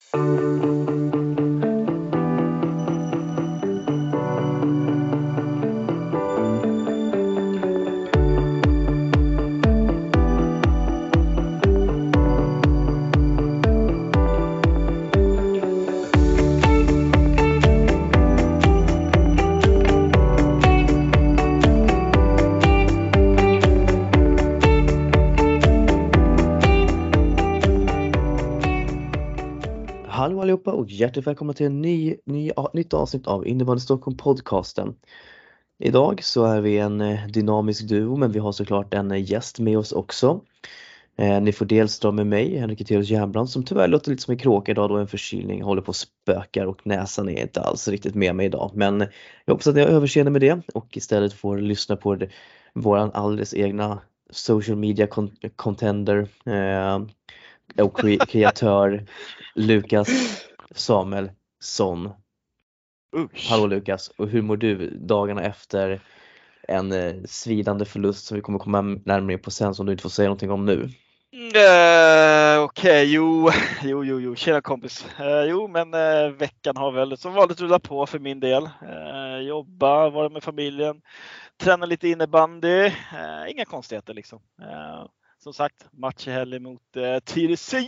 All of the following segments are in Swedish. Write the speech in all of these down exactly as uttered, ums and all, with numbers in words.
Hallå allihopa och hjärtligt välkomna till en ny, ny, nytt avsnitt av Innebandy Stockholm podcasten. Idag så är vi en dynamisk duo, men vi har såklart en gäst med oss också. Eh, ni får dels dra med mig, Henrik Eteus Järnbrand, som tyvärr låter lite som en kråka idag då en förkylning håller på att spökar och näsan är inte alls riktigt med mig idag. Men jag hoppas att ni har överseende med det och istället får lyssna på det, våran alldeles egna social media con- contender eh, och kre- kreatör Lukas Samuelsson. Usch. Hallå Lukas, och hur mår du dagarna efter en eh, svidande förlust som vi kommer komma närmare på sen som du inte får säga någonting om nu? Uh, Okej, okay, jo, jo, jo, jo, tjena kompis. Uh, jo, men uh, veckan har väl som vanligt rullat på för min del. Uh, jobba, vara med familjen, träna lite innebandy. Uh, inga konstigheter liksom. Uh, som sagt, match i helgen mot uh, Tyresö.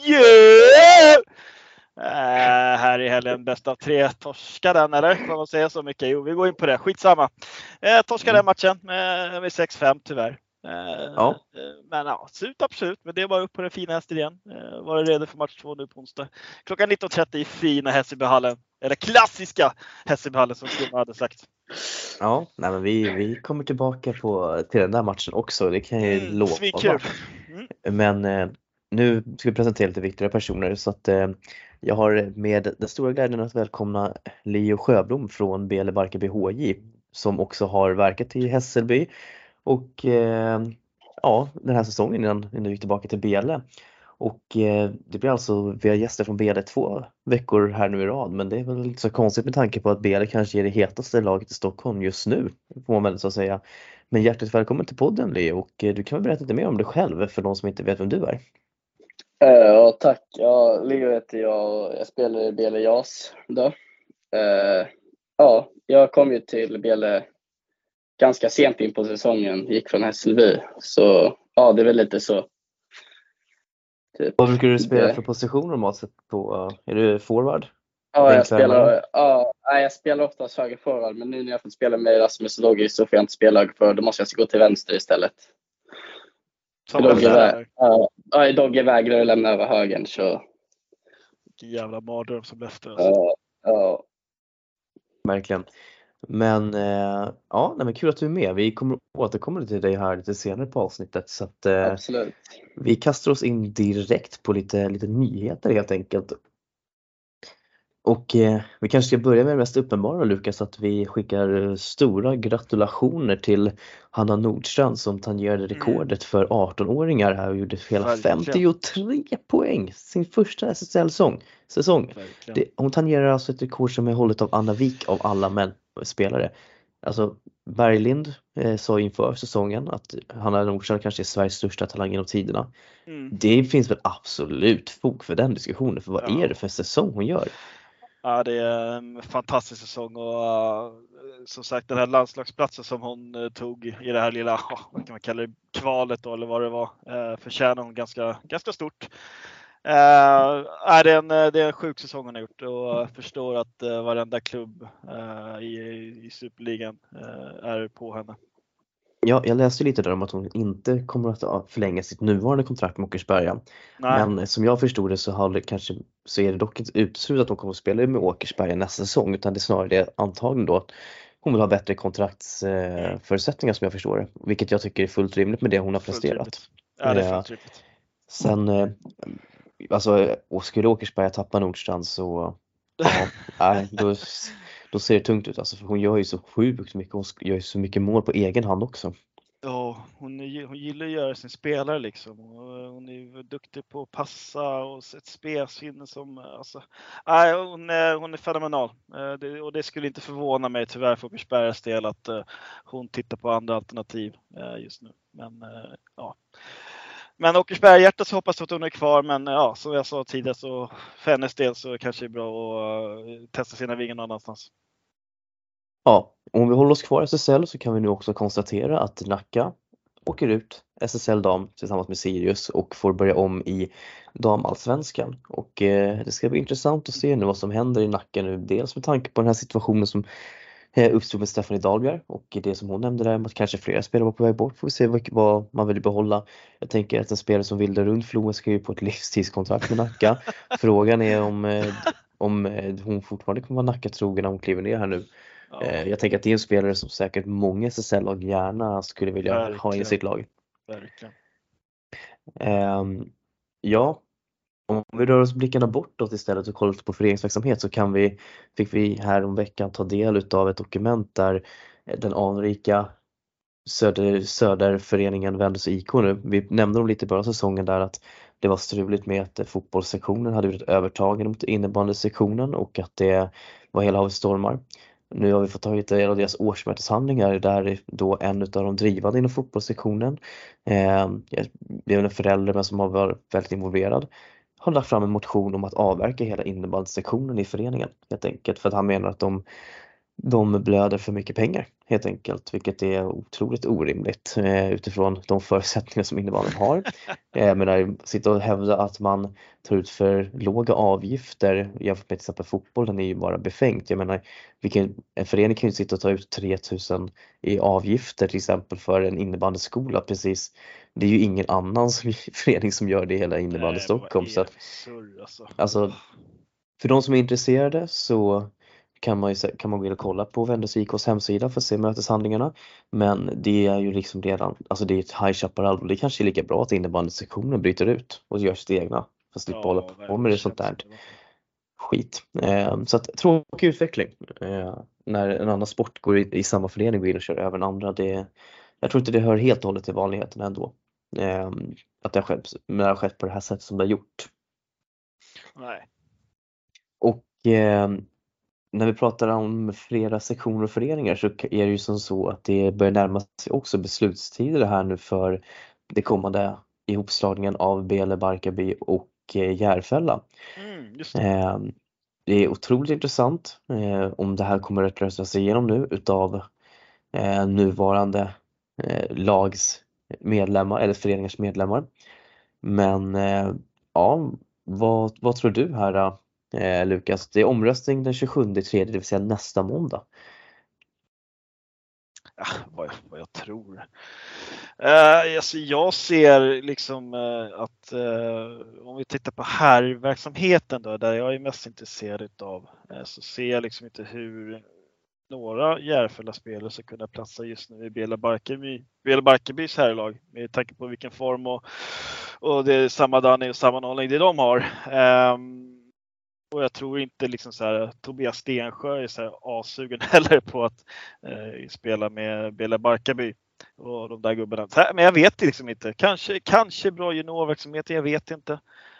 Uh, här i helgen bäst av tre torskar den, eller? Får man säga så mycket? Jo, vi går in på det. Skitsamma. Uh, torskar den matchen uh, med sex fem tyvärr. Uh, Ja. uh, men ja, absolut, absolut. Men det är bara upp på den fina hästen igen. Uh, var redo för match två nu på onsdag. Klockan nitton trettio i fina Hässelbyhallen. Eller klassiska Hässelbyhallen som Gunnar hade sagt. Ja, nej, men vi, vi kommer tillbaka på, till den där matchen också, det kan jag ju Mm, lova. svinkul. Mm. Men eh, nu ska vi presentera lite viktigare personer, så att eh, jag har med den stora glädjen att välkomna Leo Sjöblom från B L Barkarby H J, som också har verkat i Hässelby och eh, ja, den här säsongen innan, innan vi gick tillbaka till B L. Och eh, det blir alltså, vi har gäster från B L två veckor här nu i rad, men det är väl inte så konstigt med tanke på att B L kanske är det hetaste laget i Stockholm just nu, får man väl så att säga. Men hjärtligt välkommen till podden, Leo, och eh, du kan väl berätta lite mer om dig själv för de som inte vet vem du är. Ja, tack. Ja, Leo heter jag och jag spelar i B L Jas då. Uh, ja, jag kom ju till B L ganska sent in på säsongen, gick från Hässelby. Så ja, det är väl lite så. Typ. Vad brukar du spela det... för position normalt sett på? Är du forward? Ja, jag spelar, ja, jag spelar oftast höger forward, men nu när jag får spela med Rasmus och Doggy så får jag inte spela höger forward, då måste jag gå till vänster istället. Doggy, vä- ja, Doggy vägrar att lämna över högern, så... Vilken jävla mardröm som efter. Alltså. Ja, ja. Verkligen. Men eh, ja, nej, men kul att du är med. Vi kommer återkomma till dig här lite senare på avsnittet, så att eh, Absolut. Vi kastar oss in direkt på lite, lite nyheter helt enkelt. Och eh, vi kanske ska börja med det mest uppenbara, Lukas, att vi skickar stora gratulationer till Hanna Nordstrand som tangerade rekordet för arton-åringar här och gjorde hela Verkligen. femtiotre poäng sin första S S L-säsong. Säsong. Det, hon tangerar alltså ett rekord som är hållet av Anna Wik av alla män spelare. Alltså Berglind eh, sa inför säsongen att Hanna Nordstrand kanske är Sveriges största talang genom tiderna. Mm. Det finns väl absolut fog för den diskussionen, för vad Ja. är det för säsong hon gör? Ja, det är en fantastisk säsong och uh, som sagt den här landslagsplatsen som hon uh, tog i det här lilla, uh, vad kan man kalla det, kvalet då, eller vad det var, uh, förtjänar hon ganska, ganska stort. Uh, är det, en, det är en sjuk säsong hon har gjort och uh, förstår att uh, varenda klubb uh, i, i Superligan uh, är på henne. Ja, jag läste lite där om att hon inte kommer att förlänga sitt nuvarande kontrakt med Åkersberga. Nej. Men som jag förstod det så, har det kanske, så är det dock inte uteslutet att hon kommer att spela med Åkersberga nästa säsong, utan det är snarare det antagligen då att hon vill ha bättre kontraktsförutsättningar, som jag förstår det. Vilket jag tycker är fullt rimligt med det hon har presterat. Ja, det är fullt rimligt. Sen, alltså, och skulle Åkersberga tappa Nordstrand så ja, nej, då, då ser det tungt ut. Alltså, för hon gör ju så sjukt mycket, hon gör ju så mycket mål på egen hand också. Ja, hon, är, hon gillar att göra sin spelare liksom. Hon är duktig på att passa och ett spelsinne som, alltså, nej, hon är, hon är fenomenal. Det, och det skulle inte förvåna mig tyvärr för Åkersbergas del att uh, hon tittar på andra alternativ uh, just nu. Men uh, ja, Men Åkersberga hjärtat så hoppas att hon är kvar, men ja, som jag sa tidigare så för hennes del så kanske det är bra att uh, testa sina vingar någon annanstans. Ja, om vi håller oss kvar i S S L så kan vi nu också konstatera att Nacka åker ut S S L dam tillsammans med Sirius och får börja om i damallsvenskan. Och eh, det ska bli intressant att se nu vad som händer i Nacka nu. Dels med tanke på den här situationen som eh, uppstod med Stephanie Dahlberg och det som hon nämnde där med att kanske flera spelare var på väg bort. Får vi se vad, vad man vill behålla. Jag tänker att en spelare som Vilda Rundfloen ska ju på ett livstidskontrakt med Nacka. Frågan är om, eh, om eh, hon fortfarande kommer vara Nacka-trogen när hon kliver ner här nu. Ja. Jag tänker att det är en spelare som säkert många S S L-lag gärna skulle vilja Verkligen. ha i sitt lag. Verkligen. Um, ja, om vi rör oss blickarna bortåt istället och kollar på föreningsverksamhet så kan vi, fick vi här om veckan ta del av ett dokument där den anrika Söder, Söderföreningen Vänders I K nu. Vi nämnde dem lite i början av säsongen där att det var struligt med att fotbollssektionen hade blivit övertagen mot innebandysektionen och att det var hela havet stormar. Nu har vi fått tagit del av deras årsmöteshandlingar där då en av de drivande inom fotbollssektionen, eh, det är en förälder men som har varit väldigt involverad, har lagt fram en motion om att avverka hela innebandysektionen i föreningen helt enkelt för att han menar att de De blöder för mycket pengar helt enkelt, vilket är otroligt orimligt eh, utifrån de förutsättningar som innebandyn har. Jag menar, sitta och hävda att man tar ut för låga avgifter jämfört med till exempel fotbollen är ju bara befängt. Jag menar, vilken, en förening kan ju sitta och ta ut tre tusen i avgifter till exempel för en innebandyskola precis. Det är ju ingen annan som, förening som gör det i hela innebandy i Stockholm. Så att, alltså. alltså, för de som är intresserade så kan man, ju, kan man gå in och kolla på Vänders I K:s hemsida för att se möteshandlingarna. Men det är ju liksom redan, alltså det är ett High Chaparral och det kanske är lika bra att innebandysektionen bryter ut och gör sitt egna. Fast slippa ja, hålla på med det sånt där skit. Eh, så att tråkig utveckling. Eh, när en annan sport går i, i samma förening och går in och kör över en andra. Det, jag tror inte det hör helt och hållet till vanligheten ändå. Eh, att det har skett, men det har skett på det här sättet som det har gjort. Nej. Och eh, när vi pratar om flera sektioner och föreningar så är det ju som så att det börjar närma sig också beslutstider här nu för det kommande ihopslagningen av Bele, Barkarby och Järfälla. Mm, just det. Eh, det är otroligt intressant eh, om det här kommer att rösta sig igenom nu utav eh, nuvarande eh, lags medlemmar eller föreningars medlemmar. Men eh, ja, vad, vad tror du här då? Eh, Lukas, det är omröstning den tjugosjunde tredje, det vill säga nästa måndag. Ja, vad, jag, vad jag tror. Uh, alltså jag ser liksom uh, att uh, om vi tittar på herrverksamheten då, där jag är mest intresserad av, uh, så ser jag liksom inte hur några Järfälla spelare ska kunna platsa just nu i Bela Barkarby, Bela Barkarbys herrlag med tanke på vilken form och, och det är samma Danny och sammanhållning det de har. Um, Och jag tror inte liksom så här, Tobias Stensjö är så här asugen heller på att eh, spela med Bela Barkarby och de där gubbarna. Här, men jag vet liksom inte. Kanske, kanske bra juniorverksamhet, jag vet inte.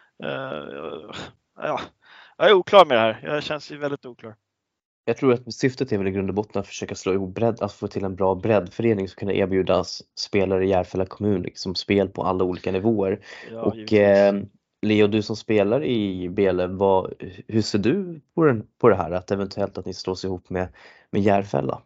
Uh, ja, jag är oklar med det här. Jag känns ju väldigt oklar. Jag tror att syftet är väl i grund och botten att försöka slå ihop bredd, att få till en bra breddförening som kunna erbjudas spelare i Järfälla kommun liksom spel på alla olika nivåer. Ja, och eh, Leo, du som spelar i Bele, vad, hur ser du på, den, på det här att eventuellt att ni slås ihop med, med Järfälla?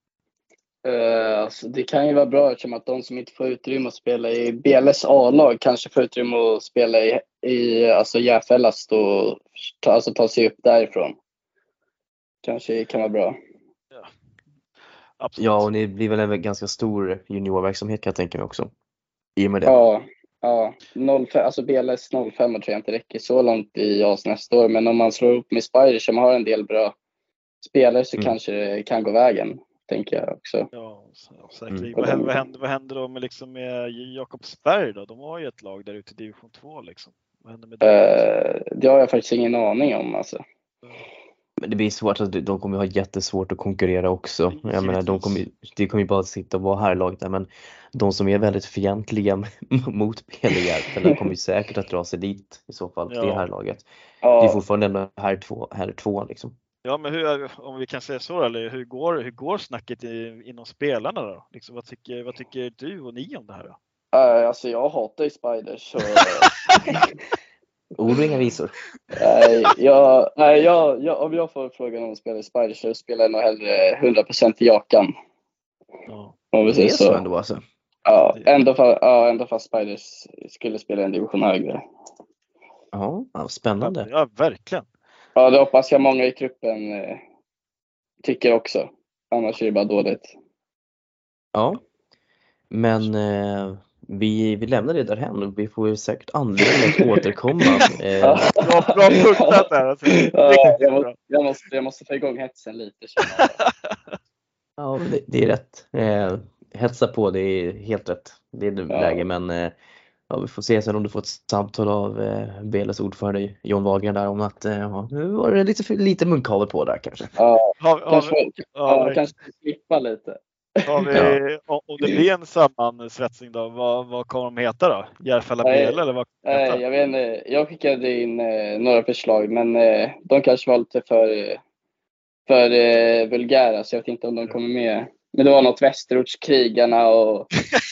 Uh, alltså det kan ju vara bra eftersom att de som inte får utrymme att spela i Beles A-lag kanske får utrymme att spela i, i alltså Järfällas då, ta, alltså ta sig upp därifrån. Kanske kan vara bra. Ja, absolut. Ja, och ni blir väl en ganska stor juniorverksamhet kan jag tänka mig också. I och med det. Ja, ja. noll fem, alltså B L S noll fem tror jag inte räcker så långt i A S nästa år. Men om man slår upp med Spider som har en del bra spelare så mm. kanske det kan gå vägen, tänker jag också. Ja, säkert. Mm. Vad, händer, vad, händer, vad händer då med, liksom med Jakobsberg då? De har ju ett lag där ute i division två liksom. Vad händer med det? Uh, det har jag faktiskt ingen aning om alltså. Men det blir svårt, att de kommer ha jättesvårt att konkurrera också. Jag menar, de kommer, de kommer ju bara sitta och vara här laget där, men de som är väldigt fientliga mot P L Järfälla kommer ju säkert att dra sig dit i så fall, ja. Det här laget. Ja. Det är fortfarande ändå här två, här två liksom. Ja, men hur, om vi kan säga så, eller hur går, hur går snacket i, inom spelarna då? Liksom, vad, tycker, vad tycker du och ni om det här då? Uh, alltså jag hatar ju Spiders. Så... Ord och inga visor. Nej, jag, nej jag, jag, om jag får frågan om att spela i Spiders så spelar jag nog hellre hundra procent i Jakan. Ja. Om vi Det är säger så ändå alltså. Ja, ändå fast, ja, ändå fast Spiders skulle spela en division högre. Ja, ja, spännande. Ja, verkligen. Ja, det hoppas jag många i gruppen eh, tycker också. Annars är det bara dåligt. Ja, men eh, vi, vi lämnar det där hem och vi får ju säkert anledning att återkomma. Eh, Bra, bra punktat där. Alltså. Ja, jag, måste, jag, måste, jag måste få igång hetsen lite. ja, det, det är rätt. Eh, hetsa på, det är helt rätt. Det är det Ja. läge, men eh, ja, vi får se sen om du får ett samtal av eh, B L S ordförande John Wahlgren där om att eh, ja, nu var det lite, lite munkavel på där kanske. Ja, Har, har, kanske, vi- ja, ja, kanske slippa lite. har vi, om om det blir en sammansvetsning då, vad, vad kommer de heta då? Järfälla B L eller vad kommer de Nej, heta? jag vet inte. Jag skickade in eh, några förslag, men eh, de kanske var lite för, för eh, vulgära, så jag vet inte om de kommer med. Men det var något Västerortskrigarna och...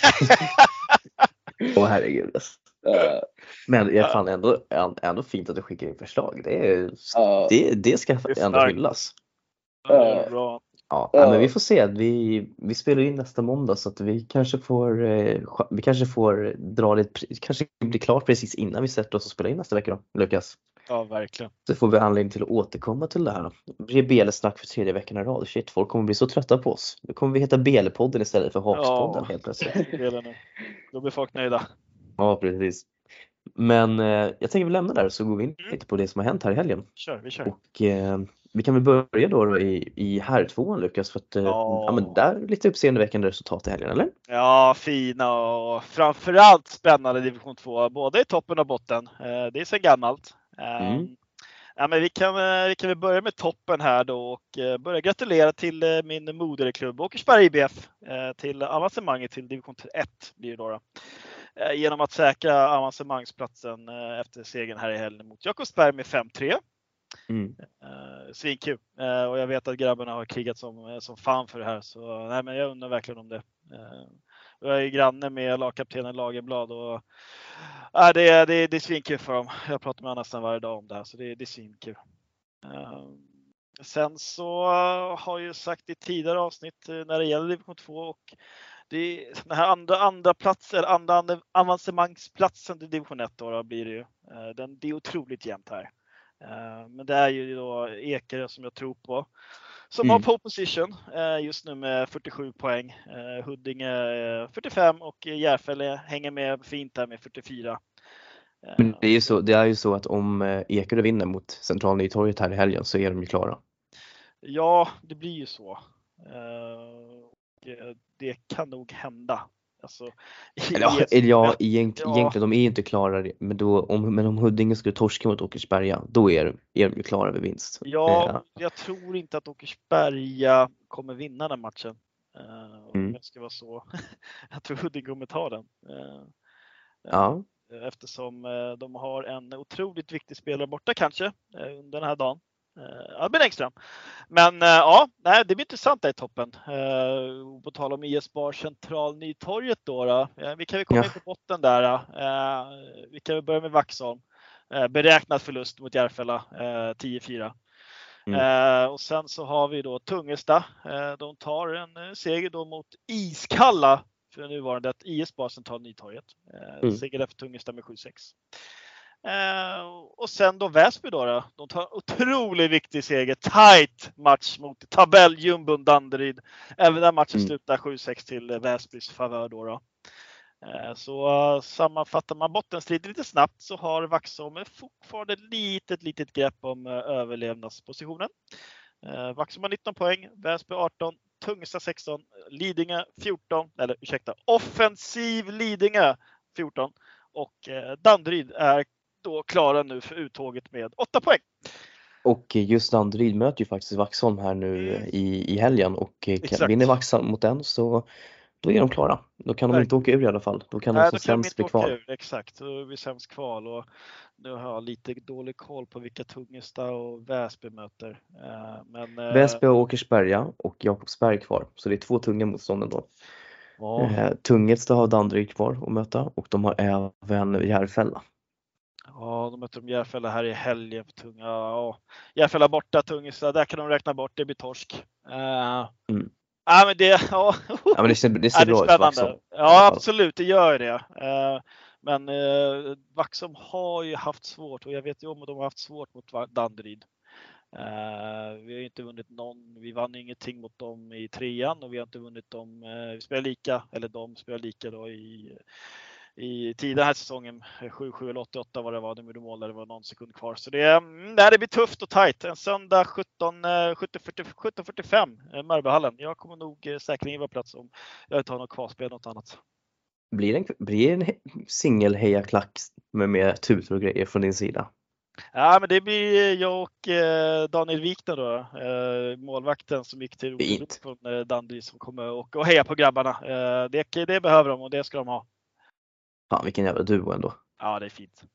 Åh herregud. Alltså. eh, Men det är fan ändå, ändå fint att du skickar in förslag. Det, är, Ja. det, det ska Det är ändå starkt. hyllas. Ja, det är bra. Ja, Ja. men vi får se. Vi, vi spelar in nästa måndag så att vi kanske får, eh, ch- vi kanske får dra lite, pre- kanske blir klart precis innan vi sätter oss och spelar in nästa vecka då, Lukas. Ja, verkligen. Så får vi anledning till att återkomma till det här då. Det blir B L-snack för tredje veckan i rad. Shit, folk kommer bli så trötta på oss. Då kommer vi heta B L-podden istället för Hawks-podden Ja. helt plötsligt. Det är det nu. Då blir folk nöjda. Ja, precis. Men eh, jag tänker vi lämna där så går vi in lite på det som har hänt här i helgen. Kör, vi kör. Och eh, vi kan väl börja då, då i, i herrtvåan, Lukas, för att eh, Ja. ja, men där är lite uppseendeväckande resultat i helgen, eller? Ja, fina och framförallt spännande division två, både i toppen och botten. Eh, Det är så gammalt. Eh, Mm. Ja, men vi, kan, eh, vi kan väl börja med toppen här då och eh, börja gratulera till eh, min moderklubb Åkersberga I B F eh, till avancemanget till division ett blir det då, då. Eh, Genom att säkra avancemangsplatsen eh, efter segern här i helgen mot Jakobsberg med fem tre. Mm. Uh, Svinkul. Uh, och jag vet att grabbarna har krigat som, uh, som fan för det här. Så nej, men jag undrar verkligen om det. Uh, jag är granne med lagkaptenen Lagerblad och uh, det, är, det, är, det är svinkul för dem. Jag pratar med honom nästan varje dag om det här, så det, det är svinkul. Uh, sen så uh, har jag ju sagt i tidigare avsnitt uh, när det gäller division två och det, den här andra, andra platsen, andra, andra avancemangsplatsen till division ett då, då blir det ju. Uh, den, det är otroligt jämnt här. Men det är ju då Ekerö som jag tror på. Som Mm. har pole position just nu med fyrtiosju poäng. Huddinge fyrtiofem och Järfälla hänger med fint där med fyrtiofyra. Men det är ju så, det är ju så att om eh, Ekerö vinner mot Central Nytorget här i helgen så är de ju klara. Ja, det blir ju så. Och det kan nog hända. Alltså, Eller ja, eller ja egent, ja. egentligen, de är ju inte klara. Men, då, om, men om Huddinge skulle torska mot Åkersberga, då är, är de ju klara vid vinst. Ja, Eh, jag tror inte att Åkersberga kommer vinna den matchen. Uh, om Mm. jag ska vara så. Jag tror Huddinge kommer ta den. Uh, ja. Eftersom uh, de har en otroligt viktig spelare borta kanske uh, under den här dagen. Uh, Albin Engström. Men uh, ja, nej, det blir intressant där i toppen. Uh, på tal om I S Bar Central Nytorget då. då. Uh, vi kan väl komma Ja. in på botten där. Uh, vi kan väl börja med Vaxholm. Uh, beräknad förlust mot Järfälla uh, tio fyra. Mm. Eh, och sen så har vi då Tungesta. Eh, de tar en eh, seger då mot iskalla för nuvarande att I S Bar Central Nytorget. Eh, Mm. Seger efter Tungesta med sju sex. Eh, och sen då Väsby då, då. De tar otroligt viktig seger. Tight match mot tabelljumbon Danderyd. Även den matchen Mm. slutar sju sex till eh, Väsbys favör då. då. Så uh, sammanfattar man bottenstriden lite snabbt så har Vaxholm fortfarande ett litet, litet grepp om uh, överlevnadspositionen. Uh, Vaxholm har nitton poäng, Väsby arton, Tungesta sexton, Lidingö fjorton, eller ursäkta, offensiv Lidingö fjorton och uh, Danderyd är då klara nu för uttåget med åtta poäng. Och just Danderyd möter ju faktiskt Vaxholm här nu Mm. i, i helgen och eh, Exakt. vinner Vaxholm mot den så då är de klara. Då kan de inte åka ur i alla fall. Då kan Nej, de som då kan de sämst inte bli kvar. åka ur. Exakt, då blir sämst kval och nu har jag lite dålig koll på vilka Tungesta och Väsby möter. Uh, men, uh, Väsby och Åkersberga och Jakobsberg kvar. Så det är två tunga motstånd då. Ja. Eh, Tungelsta har Danderyd kvar att möta och de har även Järfälla. Ja, de möter de Järfälla här i helgen för Tunga. Ja, Järfälla borta, Tungelsta, där kan de räkna bort, det blir torsk. Uh, Mm. Ja, men det, ja. Ja, men det ser, det ser Ja, det är bra ut för spännande. Vaxholm. Ja, absolut, det gör det. Uh, men uh, Vaxholm har ju haft svårt och jag vet ju om att de har haft svårt mot Danderyd. Uh, vi har inte vunnit någon, vi vann ingenting mot dem i trean och vi har inte vunnit dem, uh, vi spelar lika, eller de spelar lika då i, i tidigare här säsongen, sju sju eller åtta åtta vad det var, de gjorde mål där det var någon sekund kvar. Så det, mm, det blir tufft och tajt. En söndag sjutton fyrtiofem, Mörbyhallen. Jag kommer nog uh, säkert vara plats om jag inte har något kvarspel något annat. Blir det en, blir det en singel hejaklack med mer tutor och grejer från din sida? Ja, men det blir jag och eh, Daniel Wikner då, eh, målvakten som gick till Rosebro från eh, Danderyd som kommer och, och heja på grabbarna. Eh, det, det behöver de och det ska de ha. Fan, vilken jävla duo ändå. Ja, det är fint.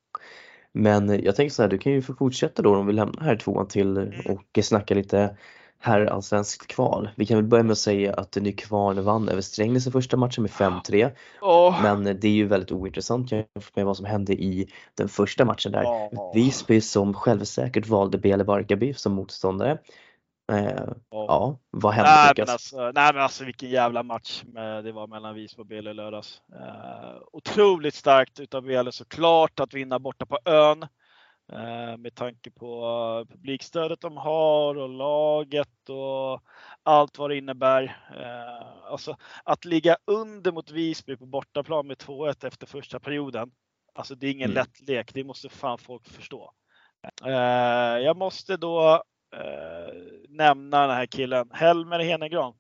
Men jag tänker så här, du kan ju få fortsätta då om vi lämnar här tvåan till och snacka lite här allsvenskt kval. Vi kan väl börja med att säga att Nykvarn vann över Strängnäs i första matchen med fem tre. Oh. Men det är ju väldigt ointressant jämfört med vad som hände i den första matchen där. Oh. Visby som självsäkert valde Bele Barkarby som motståndare. Eh, oh. Ja, vad hände nej, Lukas? men alltså, nej men alltså vilken jävla match med, det var mellan Visby och Bele lördags. Eh, otroligt starkt utav Bele såklart att vinna borta på ön. Eh, med tanke på uh, publikstödet de har och laget och allt vad det innebär. Eh, alltså att ligga under mot Visby på bortaplan med två ett efter första perioden. Alltså det är ingen mm. lätt lek, det måste fan folk förstå. Eh, jag måste då eh, nämna den här killen, Helmer Henegran.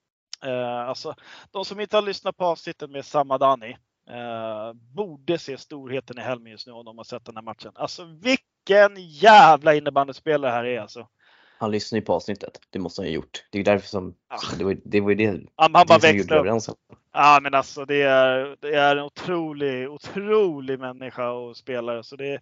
Eh, alltså de som inte har lyssnat på avsnittet med Samadani eh, borde se storheten i Helmer just nu om de har sett den här matchen. Alltså vilken jävla innebandyspelare här är alltså. Han lyssnar ju på avsnittet, det måste han ha gjort. Det är därför som, ah. det, var, det var ju det, ja, han det bara som gjorde överens. Ja men alltså det är, det är en otrolig, otrolig människa och spelare. Så det är,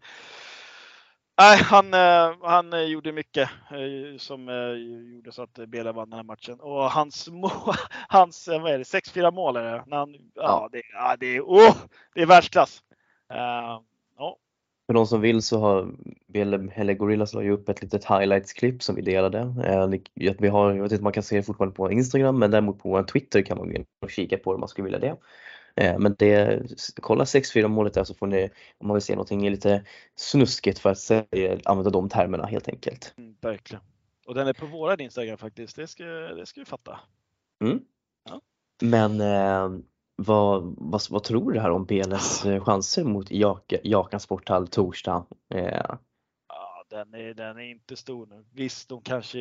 nej, han, han gjorde mycket som gjorde så att Bele vann den här matchen. Och hans mål, hans, vad är det, sex fyra mål är det? När han, ja, ja. Det, ja, det är, oh, det är världsklass. Uh, ja. För de som vill så har Bele, eller Gorillas la ju upp ett litet highlights-klipp som vi delade. Uh, vi har, jag vet inte om man kan se det fortfarande på Instagram, men däremot på en Twitter kan man gå in och kika på det om man skulle vilja det. Men det, kolla sex fyra målet där så får ni, om man vill se någonting lite snuskigt för att säga, använda de termerna helt enkelt. Mm, verkligen. Och den är på våran Instagram faktiskt, det ska, det ska vi fatta. Mm. Ja. Men eh, vad, vad, vad tror du här om Beles chanser mot Jak, Jakan Sporthall torsdag? Eh. Ja, den är, den är inte stor nu. Visst, de kanske,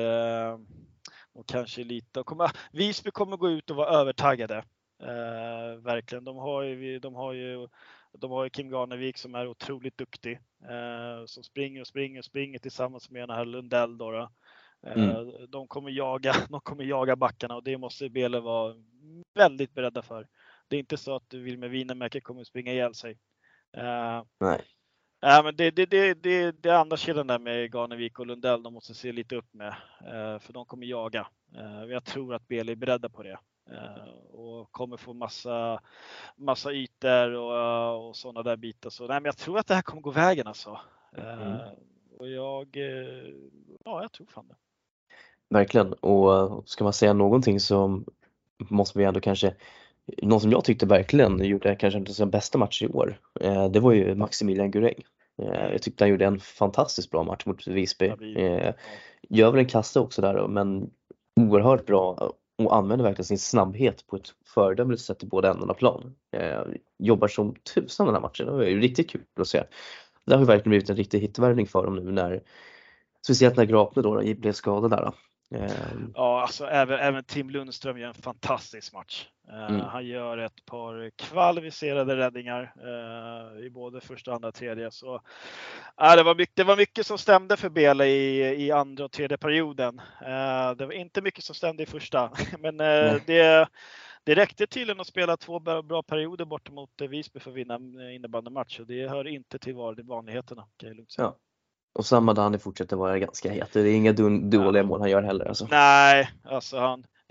de kanske lite, de kommer, Visby kommer gå ut och vara övertaggade. Uh, verkligen. De har ju, de har ju, de har ju Kim Garnevik som är otroligt duktig. Uh, som springer och springer och springer tillsammans med den här Lundell då. då. Uh, mm. De kommer jaga, de kommer jaga backarna och det måste Bele vara väldigt beredda för. Det är inte så att Wilmer Wienermäki kommer springa ihjäl sig. Uh, Nej. Ja, men det, det, det, det, det är andra sidan där med Garnevik och Lundell de måste se lite upp med. Uh, för de kommer jaga. Uh, jag tror att Bele är beredda på det. Uh, och kommer få massa, massa ytor och, och sådana där bitar. Så nej, men jag tror att det här kommer gå vägen alltså. Uh, mm. Och jag, uh, ja jag tror fan det. Verkligen. Och ska man säga någonting så måste vi ändå kanske, någon som jag tyckte verkligen gjorde kanske inte den bästa match i år. Uh, det var ju Maximilian Guräng. Uh, jag tyckte han gjorde en fantastiskt bra match mot Visby. Uh, gör väl en kassa också där men oerhört bra. Och använder verkligen sin snabbhet på ett föredömligt sätt i båda ändarna plan. Eh, jobbar som tusan den här matchen. Det var ju riktigt kul att se. Det har ju verkligen blivit en riktig hitvärvning för dem nu när, speciellt när Grapne då, då blev skadad där. Då. Eh. Ja, alltså även, även Tim Lundström gör en fantastisk match. Eh, mm. Han gör ett par kvalificerade räddningar eh, i både första, andra och tredje. Så, eh, det, var mycket, det var mycket som stämde för Bele i, i andra och tredje perioden. Eh, det var inte mycket som stämde i första. Men eh, det, det räckte tydligen att spela två bra, bra perioder bort mot Visby för att vinna innebandymatch. Och det hör inte till vanligheterna. Ja. Och Samadani fortsätter vara ganska het. Det är inga dåliga mål han gör heller. Alltså. Nej, alltså han, det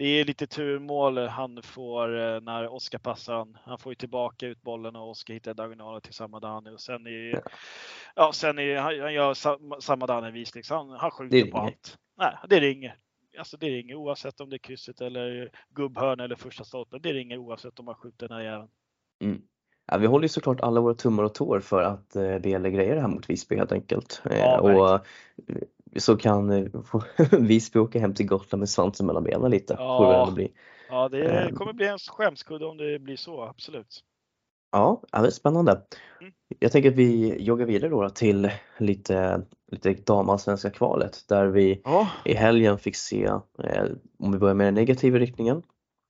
det är lite turmål han får när Oskar passar han. Han får ju tillbaka ut bollen och Oskar hittar diagonaler till Samadani. Och sen är, ja, sen är, han gör Samadani vis liksom. Han, han skjuter på allt. Nej, det ringer. Alltså det ringer oavsett om det är krysset eller gubbhörn eller första stolpen. Det ringer oavsett om man skjuter den här jäveln. Mm. Ja, vi håller ju såklart alla våra tummar och tår för att eh, B L grejer det här mot Visby helt enkelt. Ja, eh, och så kan eh, Visby åka hem till Gotland med svansen mellan benen lite. Ja, får det bli. Ja det kommer bli en skämskudde om det blir så, absolut. Ja, det är spännande. Mm. Jag tänker att vi joggar vidare då till lite, lite damallsvenska kvalet där vi ja. i helgen fick se, eh, om vi börjar med den negativa riktningen,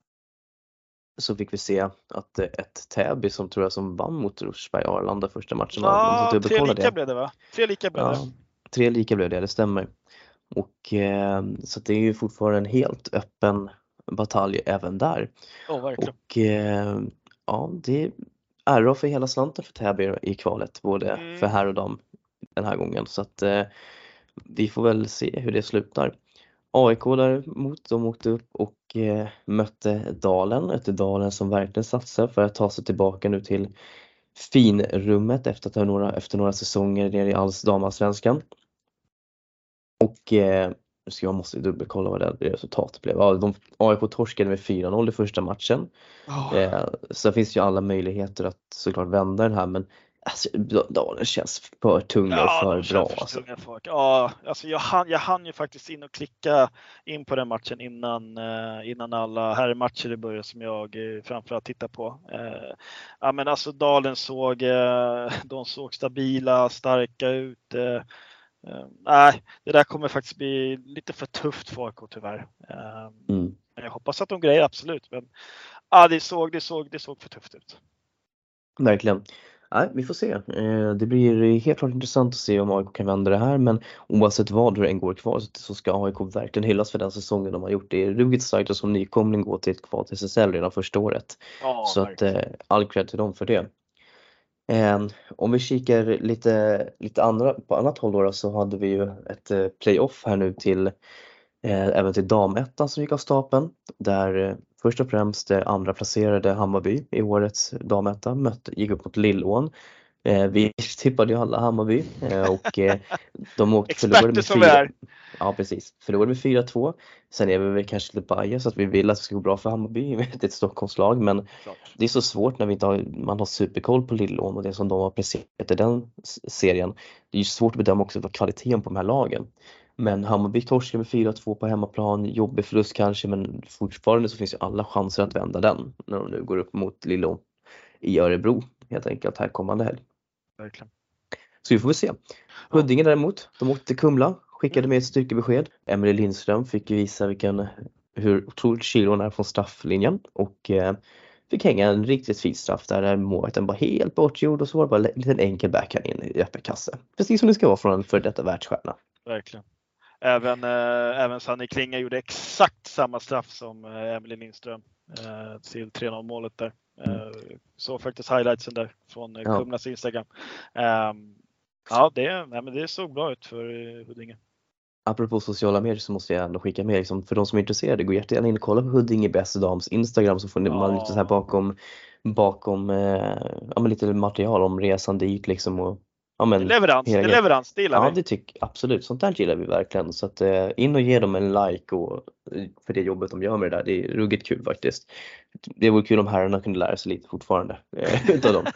så fick vi se att ett Täby som tror jag som vann mot Rosersberg Arlanda första matchen. Ja, tre lika det. blev det va? Tre lika blev det. Ja, tre lika blev det, det stämmer. Och eh, så det är ju fortfarande en helt öppen batalj även där. Ja, verkligen. Och eh, ja, det är ära för hela slanten för Täby i kvalet, både mm. för herr och dam den här gången. Så att eh, vi får väl se hur det slutar. A I K däremot, de åkte upp och eh, mötte Dalen. Ett Dalen som verkligen satsar för att ta sig tillbaka nu till finrummet efter att ha några, efter några säsonger nere i alls damallsvenskan. Och eh, så jag måste dubbelkolla vad det resultatet blev. Ja, de, A I K torskade med fyra noll i första matchen. Oh. Eh, så det finns ju alla möjligheter att såklart vända den här, men alltså, Dalen känns för tunga ja, och för bra. För alltså. För. Ja, alltså jag hann, jag hann ju faktiskt in och klicka in på den matchen innan, eh, innan alla herrmatcher började som jag eh, framförallt tittar på. Eh, ja, men alltså Dalen såg, eh, de såg stabila, starka ut. Eh, eh, nej, det där kommer faktiskt bli lite för tufft för A I K tyvärr. Eh, mm. Jag hoppas att de grejer absolut, men ja, det såg, det såg, det såg för tufft ut. Verkligen. Nej, vi får se. Det blir helt klart intressant att se om A I K kan vända det här, men oavsett vad det än går kvar så ska A I K verkligen hyllas för den säsongen de har gjort. Det är ruggigt starkt att som nykomling gå till ett kval till S S L redan första året. Ja, så att all cred till dem för det. Om vi kikar lite, lite andra, på annat håll då, så hade vi ju ett playoff här nu till även till damettan som gick av stapeln, där först och främst andra placerade Hammarby i årets dametta mötte, gick upp mot Lillån. Eh, vi tippade ju alla Hammarby eh, och eh, de åkte förlorade med fyra. Ja, precis. Förlorade med fyra två. Sen är vi väl kanske lite bias så att vi vill att det ska gå bra för Hammarby. Det är ett Stockholmslag, men klart. Det är så svårt när vi inte har, man har superkoll på Lillån och det som de har presterat i den serien. Det är ju svårt att bedöma också vad kvaliteten på de här lagen. Men Hammarby torskar med fyra två på hemmaplan, jobbig förlust kanske, men fortfarande så finns ju alla chanser att vända den när de nu går upp mot Lillån i Örebro helt enkelt här kommande helg. Verkligen. Så vi får väl se. Huddinge däremot, de åkte till Kumla, skickade med ett styrkebesked. Emelie Lindström fick visa vilken, hur otroligt kilon är från strafflinjen och eh, fick hänga en riktigt fin straff där målvakten var helt bortgjord och så var det bara en liten enkel backhand in i öppen kasse. Precis som det ska vara från en för detta världsstjärna. Verkligen. Även, eh, även Sanny Klinga gjorde exakt samma straff som eh, Emelie Lindström eh, till tre noll målet där. Eh, så faktiskt highlightsen där från eh, Kumlas Instagram. Eh, ja, det, nej, men det såg bra ut för eh, Huddinge. Apropå sociala medier så måste jag ändå skicka med liksom, för de som är intresserade, gå jättegärna in och kolla på Huddinge Bäst Dams Instagram så får ni ja. man lite så här bakom, bakom eh, ja, men lite material om resan dit liksom och ja, men, leverans, det är leverans, det gillar ja, vi. det tycker absolut, sånt där gillar vi verkligen. Så att eh, in och ge dem en like och, för det jobbet de gör med det där, det är ruggigt kul faktiskt. Det vore kul om herrarna kunde lära sig lite fortfarande eh, utav dem.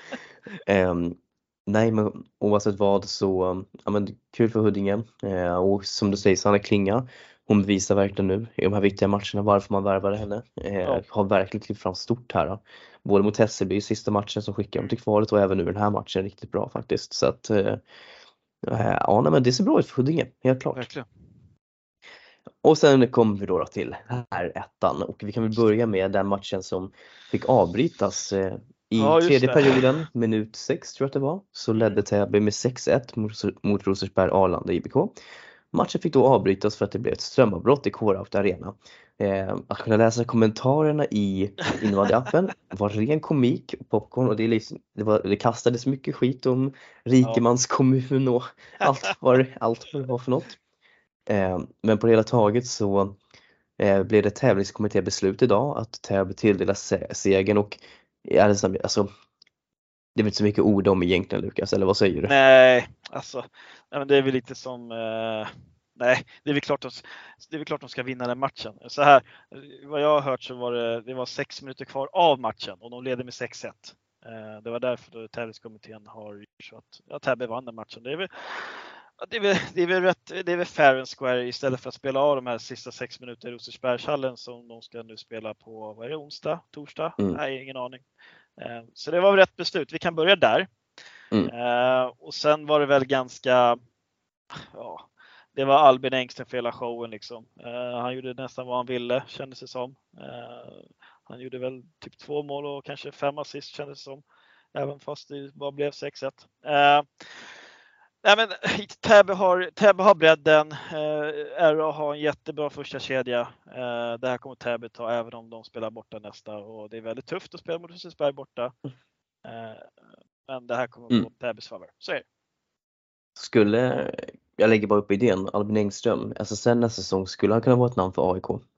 um, nej men oavsett vad så, ja men kul för Huddinge eh, och som du säger Sanna Klinga, hon bevisar verkligen nu i de här viktiga matcherna varför man värvade henne. Eh, ja. Har verkligen klivit fram stort här då. Både mot Hässelby i sista matchen som skickade dem till kvalet och även nu den här matchen riktigt bra faktiskt. Så att eh, ja, nej, men det ser bra ut för Huddinge, helt klart. Verkligen. Och sen kommer vi då, då till här ettan och vi kan väl börja med den matchen som fick avbrytas eh, i ja, tredje perioden, minut sex tror jag att det var, så ledde Täby med sex ett mot, mot Rosersberg Arlanda I B K. Matchen fick då avbrytas för att det blev ett strömavbrott i K-Rauta Arena. Eh, att kunna läsa kommentarerna i innebandy-appen var ren komik och popcorn och det, liksom, det, var, det kastades mycket skit om Rikemans kommun och allt vad, allt vad det var för något. Eh, men på det hela taget så eh, blev det tävlingskommittébeslut idag att Täby tilldelas se- segern och är det, som, alltså, det är väl inte så mycket ord om egentligen, Lukas, eller vad säger du? Nej, alltså nej, men det är väl lite som eh, nej, det är väl klart att det är väl klart att de ska vinna den matchen. Så här, vad jag har hört så var det det var sex minuter kvar av matchen och de leder med sex ett. Eh, det var därför då tävlingskommittén har gjort så att ja, Täby vann den matchen. Det är väl det är väl, det är väl rätt, det är väl fair and square istället för att spela av de här sista sex minuterna i Rosersbergshallen som de ska nu spela på, vad är det, onsdag, torsdag? Mm. Nej, ingen aning. Eh, så det var väl rätt beslut. Vi kan börja där. Mm. Eh, och sen var det väl ganska, ja, det var Albin Engström för hela showen liksom. Eh, han gjorde nästan vad han ville, kändes det som. Eh, han gjorde väl typ två mål och kanske fem assist kändes det som. Även fast det bara blev sex ett. Eh, nej men Täby har, Täby har bredden. Eh, R A har en jättebra första kedja. Eh, det här kommer Täby ta även om de spelar borta nästa. Och det är väldigt tufft att spela mot Rosersberg borta. Eh, men det här kommer Mm. gå Täbys favör. Så är det. Skulle, jag lägger bara upp idén, Albin Engström, alltså sen nästa säsong skulle han kunna vara ett namn för A I K?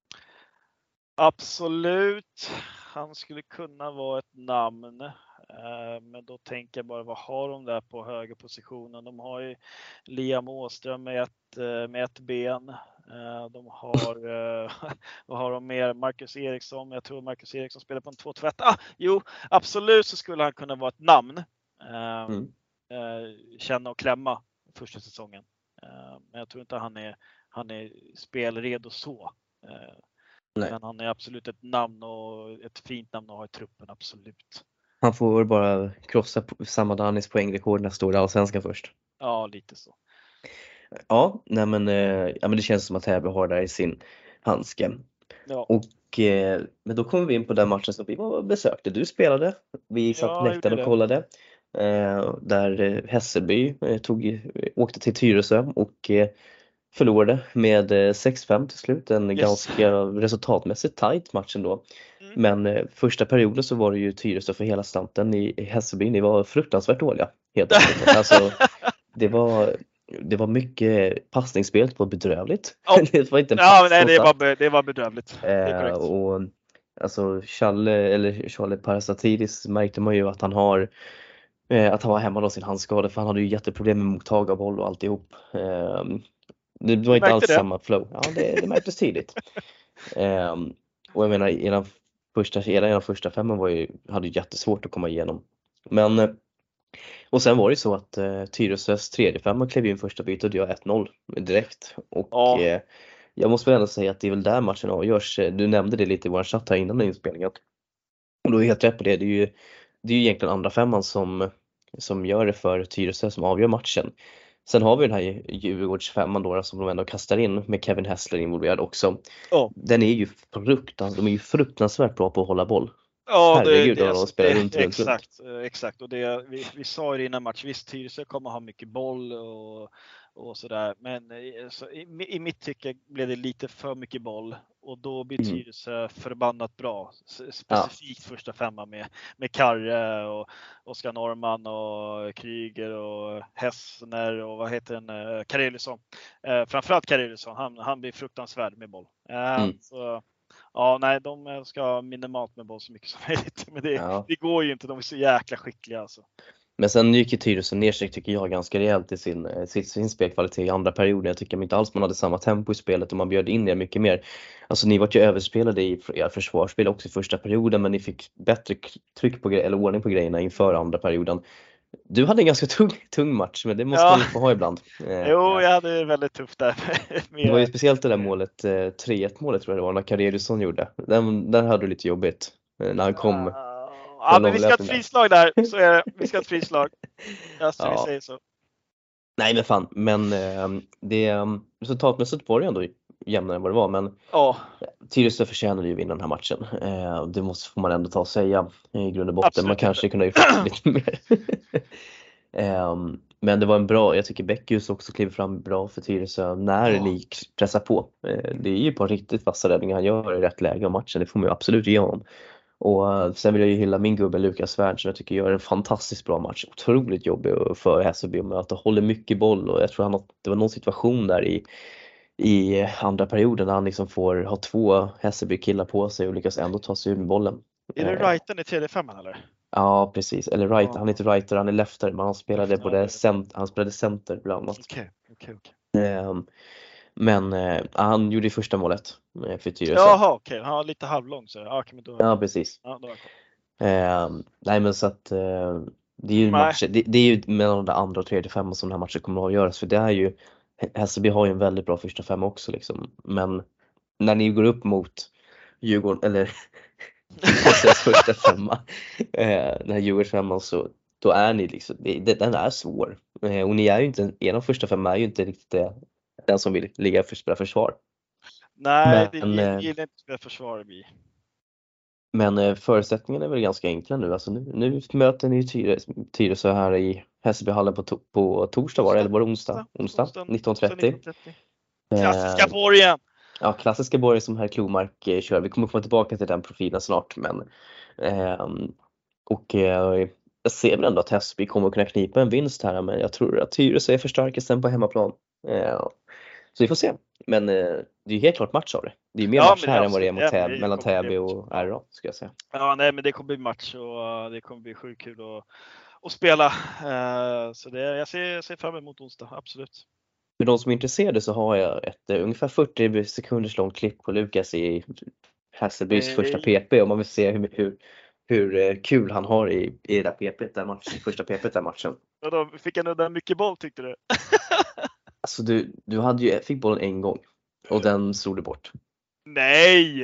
Absolut. Han skulle kunna vara ett namn. Eh, men då tänker jag bara, vad har de där på högerpositionen? De har ju Liam Åström med ett, eh, med ett ben. Eh, de har, eh, vad har de mer? Marcus Eriksson. Jag tror Marcus Eriksson spelar på en två två ett. Ah, jo, absolut så skulle han kunna vara ett namn. Eh, Mm. eh, känna och klämma första säsongen. Eh, men jag tror inte han är, han är spelredo så. Eh, Nej. Men han är absolut ett namn och ett fint namn att ha i truppen, absolut. Han får väl bara krossa Samadanis poängrekord nästa år i Allsvenskan först. Ja, lite så. Ja, nej men, eh, ja, men det känns som att Täby har där i sin handske. Ja. Och, eh, men då kommer vi in på den matchen som vi var och besökte. Du spelade, vi satt Ja, på jag läktaren gjorde och kollade. Eh, där eh, Hässelby eh, tog, åkte till Tyresö och eh, förlorade med eh, sex fem till slut. En Yes. ganska resultatmässigt tight match ändå. Mm. Men eh, första perioden så var det ju Tyresö för hela slanten i, i Hässelby. Ni var fruktansvärt dåliga. Helt enkelt. Alltså, det var... Det var mycket passningsspel, det var bedrövligt. Ja. Det var inte en Ja, pass men nej, det som var, det var bedrövligt. Det är Eh, korrekt. och alltså Challe eller Charlie Parasatidis märkte man ju att han har eh, att han var hemma då sin handskada, för han hade ju jätteproblem med mottag av boll och alltihop. Eh, det var inte alls det? samma flow. Ja, det, det märktes tidigt. Eh, och jag menar, eran första, eran första femman var ju, hade ju jättesvårt att komma igenom. Men eh, och sen var det så att eh, Tyresös tredje femma klev in första bytet och gör ett noll direkt. Och Ja. eh, jag måste väl ändå säga att det är väl där matchen avgörs. Du nämnde det lite i vår chatt här innan den inspelningen. Och du är helt rätt på det. Det är ju, det är ju egentligen andra femman som, som gör det för Tyresö, som avgör matchen. Sen har vi den här Djurgårdsfemman då som de ändå kastar in med Kevin Hessler involverad också. Ja. Den är ju fruktans, de är ju fruktansvärt bra på att hålla boll. Ja, det, Herregud, det, vad de spelar det, runt, runt, exakt, runt. Exakt. Och det, vi, vi sa ju innan match, visst Tyresö kommer ha mycket boll och, och sådär. Men så, i, i mitt tycke blev det lite för mycket boll. Och då blir Mm. Tyresö förbannat bra. Specifikt ja. Första femma med, med Karre och Oskar Norman och Kryger och Hessner och vad heter den? Kareliusson. Eh, framförallt Kareliusson, han, han blir fruktansvärd med boll. Eh, Mm. så, ja, nej, de ska ha minimalt med boll så mycket som möjligt. Men det, Ja. det går ju inte, de är så jäkla skickliga alltså. Men sen gick ju Tyresö ner sig, tycker jag, ganska rejält i sin, sin, sin spelkvalitet i andra perioden. Jag tycker inte alls man hade samma tempo i spelet och man bjöd in er mycket mer. Alltså ni var ju överspelade i ja, försvarsspel också i första perioden, men ni fick bättre tryck på gre- eller ordning på grejerna inför andra perioden. Du hade en ganska tung, tung match, men det måste Ja. ni få ha ibland. Eh, Jo, jag hade det väldigt tufft där. Med, det var ju speciellt det där målet, eh, tre ett målet tror jag det var, när Kareliusson gjorde. Den, den hade du lite jobbigt eh, när han kom. Uh, ja, men vi ska ha ett frislag där, så är det. Vi ska ha ett frislag. Jag ja. Vi säger så. Nej men fan, men eh, det, resultatmässigt var det ändå jämnare än vad det var, men ja. Tyresö förtjänade ju vinna den här matchen. Eh, det måste får man ändå ta och säga i grund och botten. Absolut. Man kanske kunde ha gjort lite mer. eh, men det var en bra, jag tycker Bäckhus också kliver fram bra för Tyresö när ja. ni pressar på. Eh, det är ju på riktigt vassa räddningar han gör i rätt läge av matchen, det får man ju absolut ge honom. Och sen vill jag ju hylla min gubbe Lukas Svärd som jag tycker gör en fantastiskt bra match. Otroligt jobbig för Hässelby att möta, håller mycket boll och jag tror han det var någon situation där i i andra perioden när han liksom får ha två Hässelby-killar på sig och lyckas ändå ta sig ur med bollen. Är det righten i tredje femman eller? Ja, precis. Eller right, Ja. han är inte righter, han är lefter, men han spelade Lefter, både ja. cent, han spelade center bland annat. Okej, okej, okej. Ehm, Men eh, han gjorde ju första målet eh, för Tyresö. Jaha, okej. Han var lite halvlång så. Ja, okej, men då. Ja, precis. Ja, då var jag klar. Ehm, nej men så att eh, det är ju Nej. matcher, det, det är ju mellan det andra och tredje femman som den här matchen kommer att avgöras, för det är ju Hässelby har ju en väldigt bra första femma också liksom, men när ni går upp mot Djurgården eller Hässens första femma, eh, den här Djurgårdsfemman, så då är ni liksom, det, det, den är svår eh, och ni är ju inte, er första femma är ju inte riktigt det, den som vill ligga för spela försvar. Nej, Men, det eh, gillar inte spela försvar vi. Men eh, förutsättningarna är väl ganska enkla nu. Alltså nu, nu möter ni Tyresö, Tyresö här i Hässelbyhallen på, to, på torsdag var det, eller var det onsdag? Onsdag, nitton trettio. Klassiska Eh, borgen! Ja, klassiska borgen som herr Klomark eh, kör. Vi kommer komma tillbaka till den profilen snart. Men, eh, och eh, jag ser väl ändå att Hässelby kommer att kunna knipa en vinst här. Men jag tror att Tyresö är för starkast än på hemmaplan. Eh, så vi får se. Men eh, det är ju helt klart match av det. Det är ju mer Ja, match men det här är än vad det är mot absolut- Täby, ja, mellan det kommer Täby bli och match. R A, ska jag säga. Ja, nej, men det kommer bli match och uh, det kommer bli sjukt kul att, att spela. Uh, så det, jag, ser, jag ser fram emot onsdag, absolut. För de som är intresserade så har jag ett uh, ungefär fyrtio sekunders långt klipp på Lukas i Hässelbys Nej. första P P, om man vill se hur, hur, hur uh, kul han har i, i det där P P, där match, första P P där matchen. Och då fick han nudda mycket boll, tyckte du? Alltså du, du hade ju, fick bollen en gång och den slog du bort. Nej!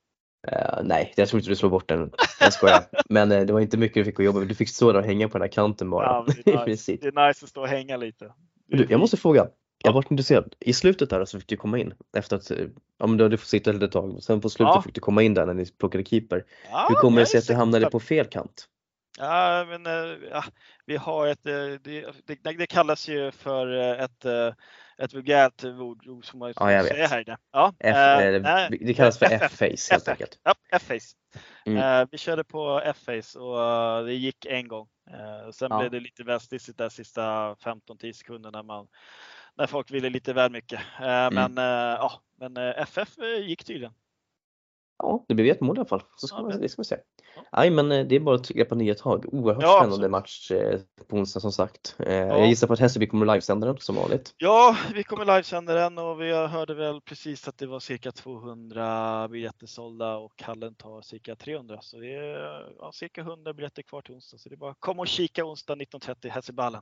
Uh, nej, jag tror inte du slog bort den. Jag skojar. Men uh, det var inte mycket du fick att jobba med. Du fick stå där och hänga på den här kanten bara. Ja, det, är nice. Det är nice att stå och hänga lite. Du, jag måste fråga. Jag var intresserad. I slutet där så fick du komma in. Efter att ja, men du hade fått sitta ett tag. Sen på slutet Ja. fick du komma in där när ni plockade keeper. Ja, Hur kommer det jag sig är att du säkert hamnade spänd. på fel kant? Ja, men eh, ja, vi har ett, eh, det, det, det kallas ju för eh, ett, eh, ett vulgärt ord ord som man Ja, jag säger vet. här inne. Ja, F, eh, eh, nej, det kallas för F F. F-face helt enkelt. Ja, F-face. Mm. Eh, vi körde på F-face och eh, det gick en gång. Eh, sen Ja. blev det lite västiskt där sista femton till sekunder när man när folk ville lite väl mycket. Eh, Mm. Men eh, ja, men eh, F F eh, gick tydligen. Ja, det blev ett mål i alla fall. Så ska Ja, man, men- det ska man se. Ja. Nej, men eh, det är bara att trycka på nya tag. Oerhört Ja, spännande absolut. match eh, på onsdag som sagt. Eh, Jag gissar på att Hässelby kommer att livesända den som vanligt. Ja, vi kommer livesända den och vi hörde väl precis att det var cirka tvåhundra biljetter sålda och hallen tar cirka trehundra. Så det är ja, cirka hundra biljetter kvar till onsdag. Så det är bara kom och kika onsdag nitton trettio Hässelbyhallen.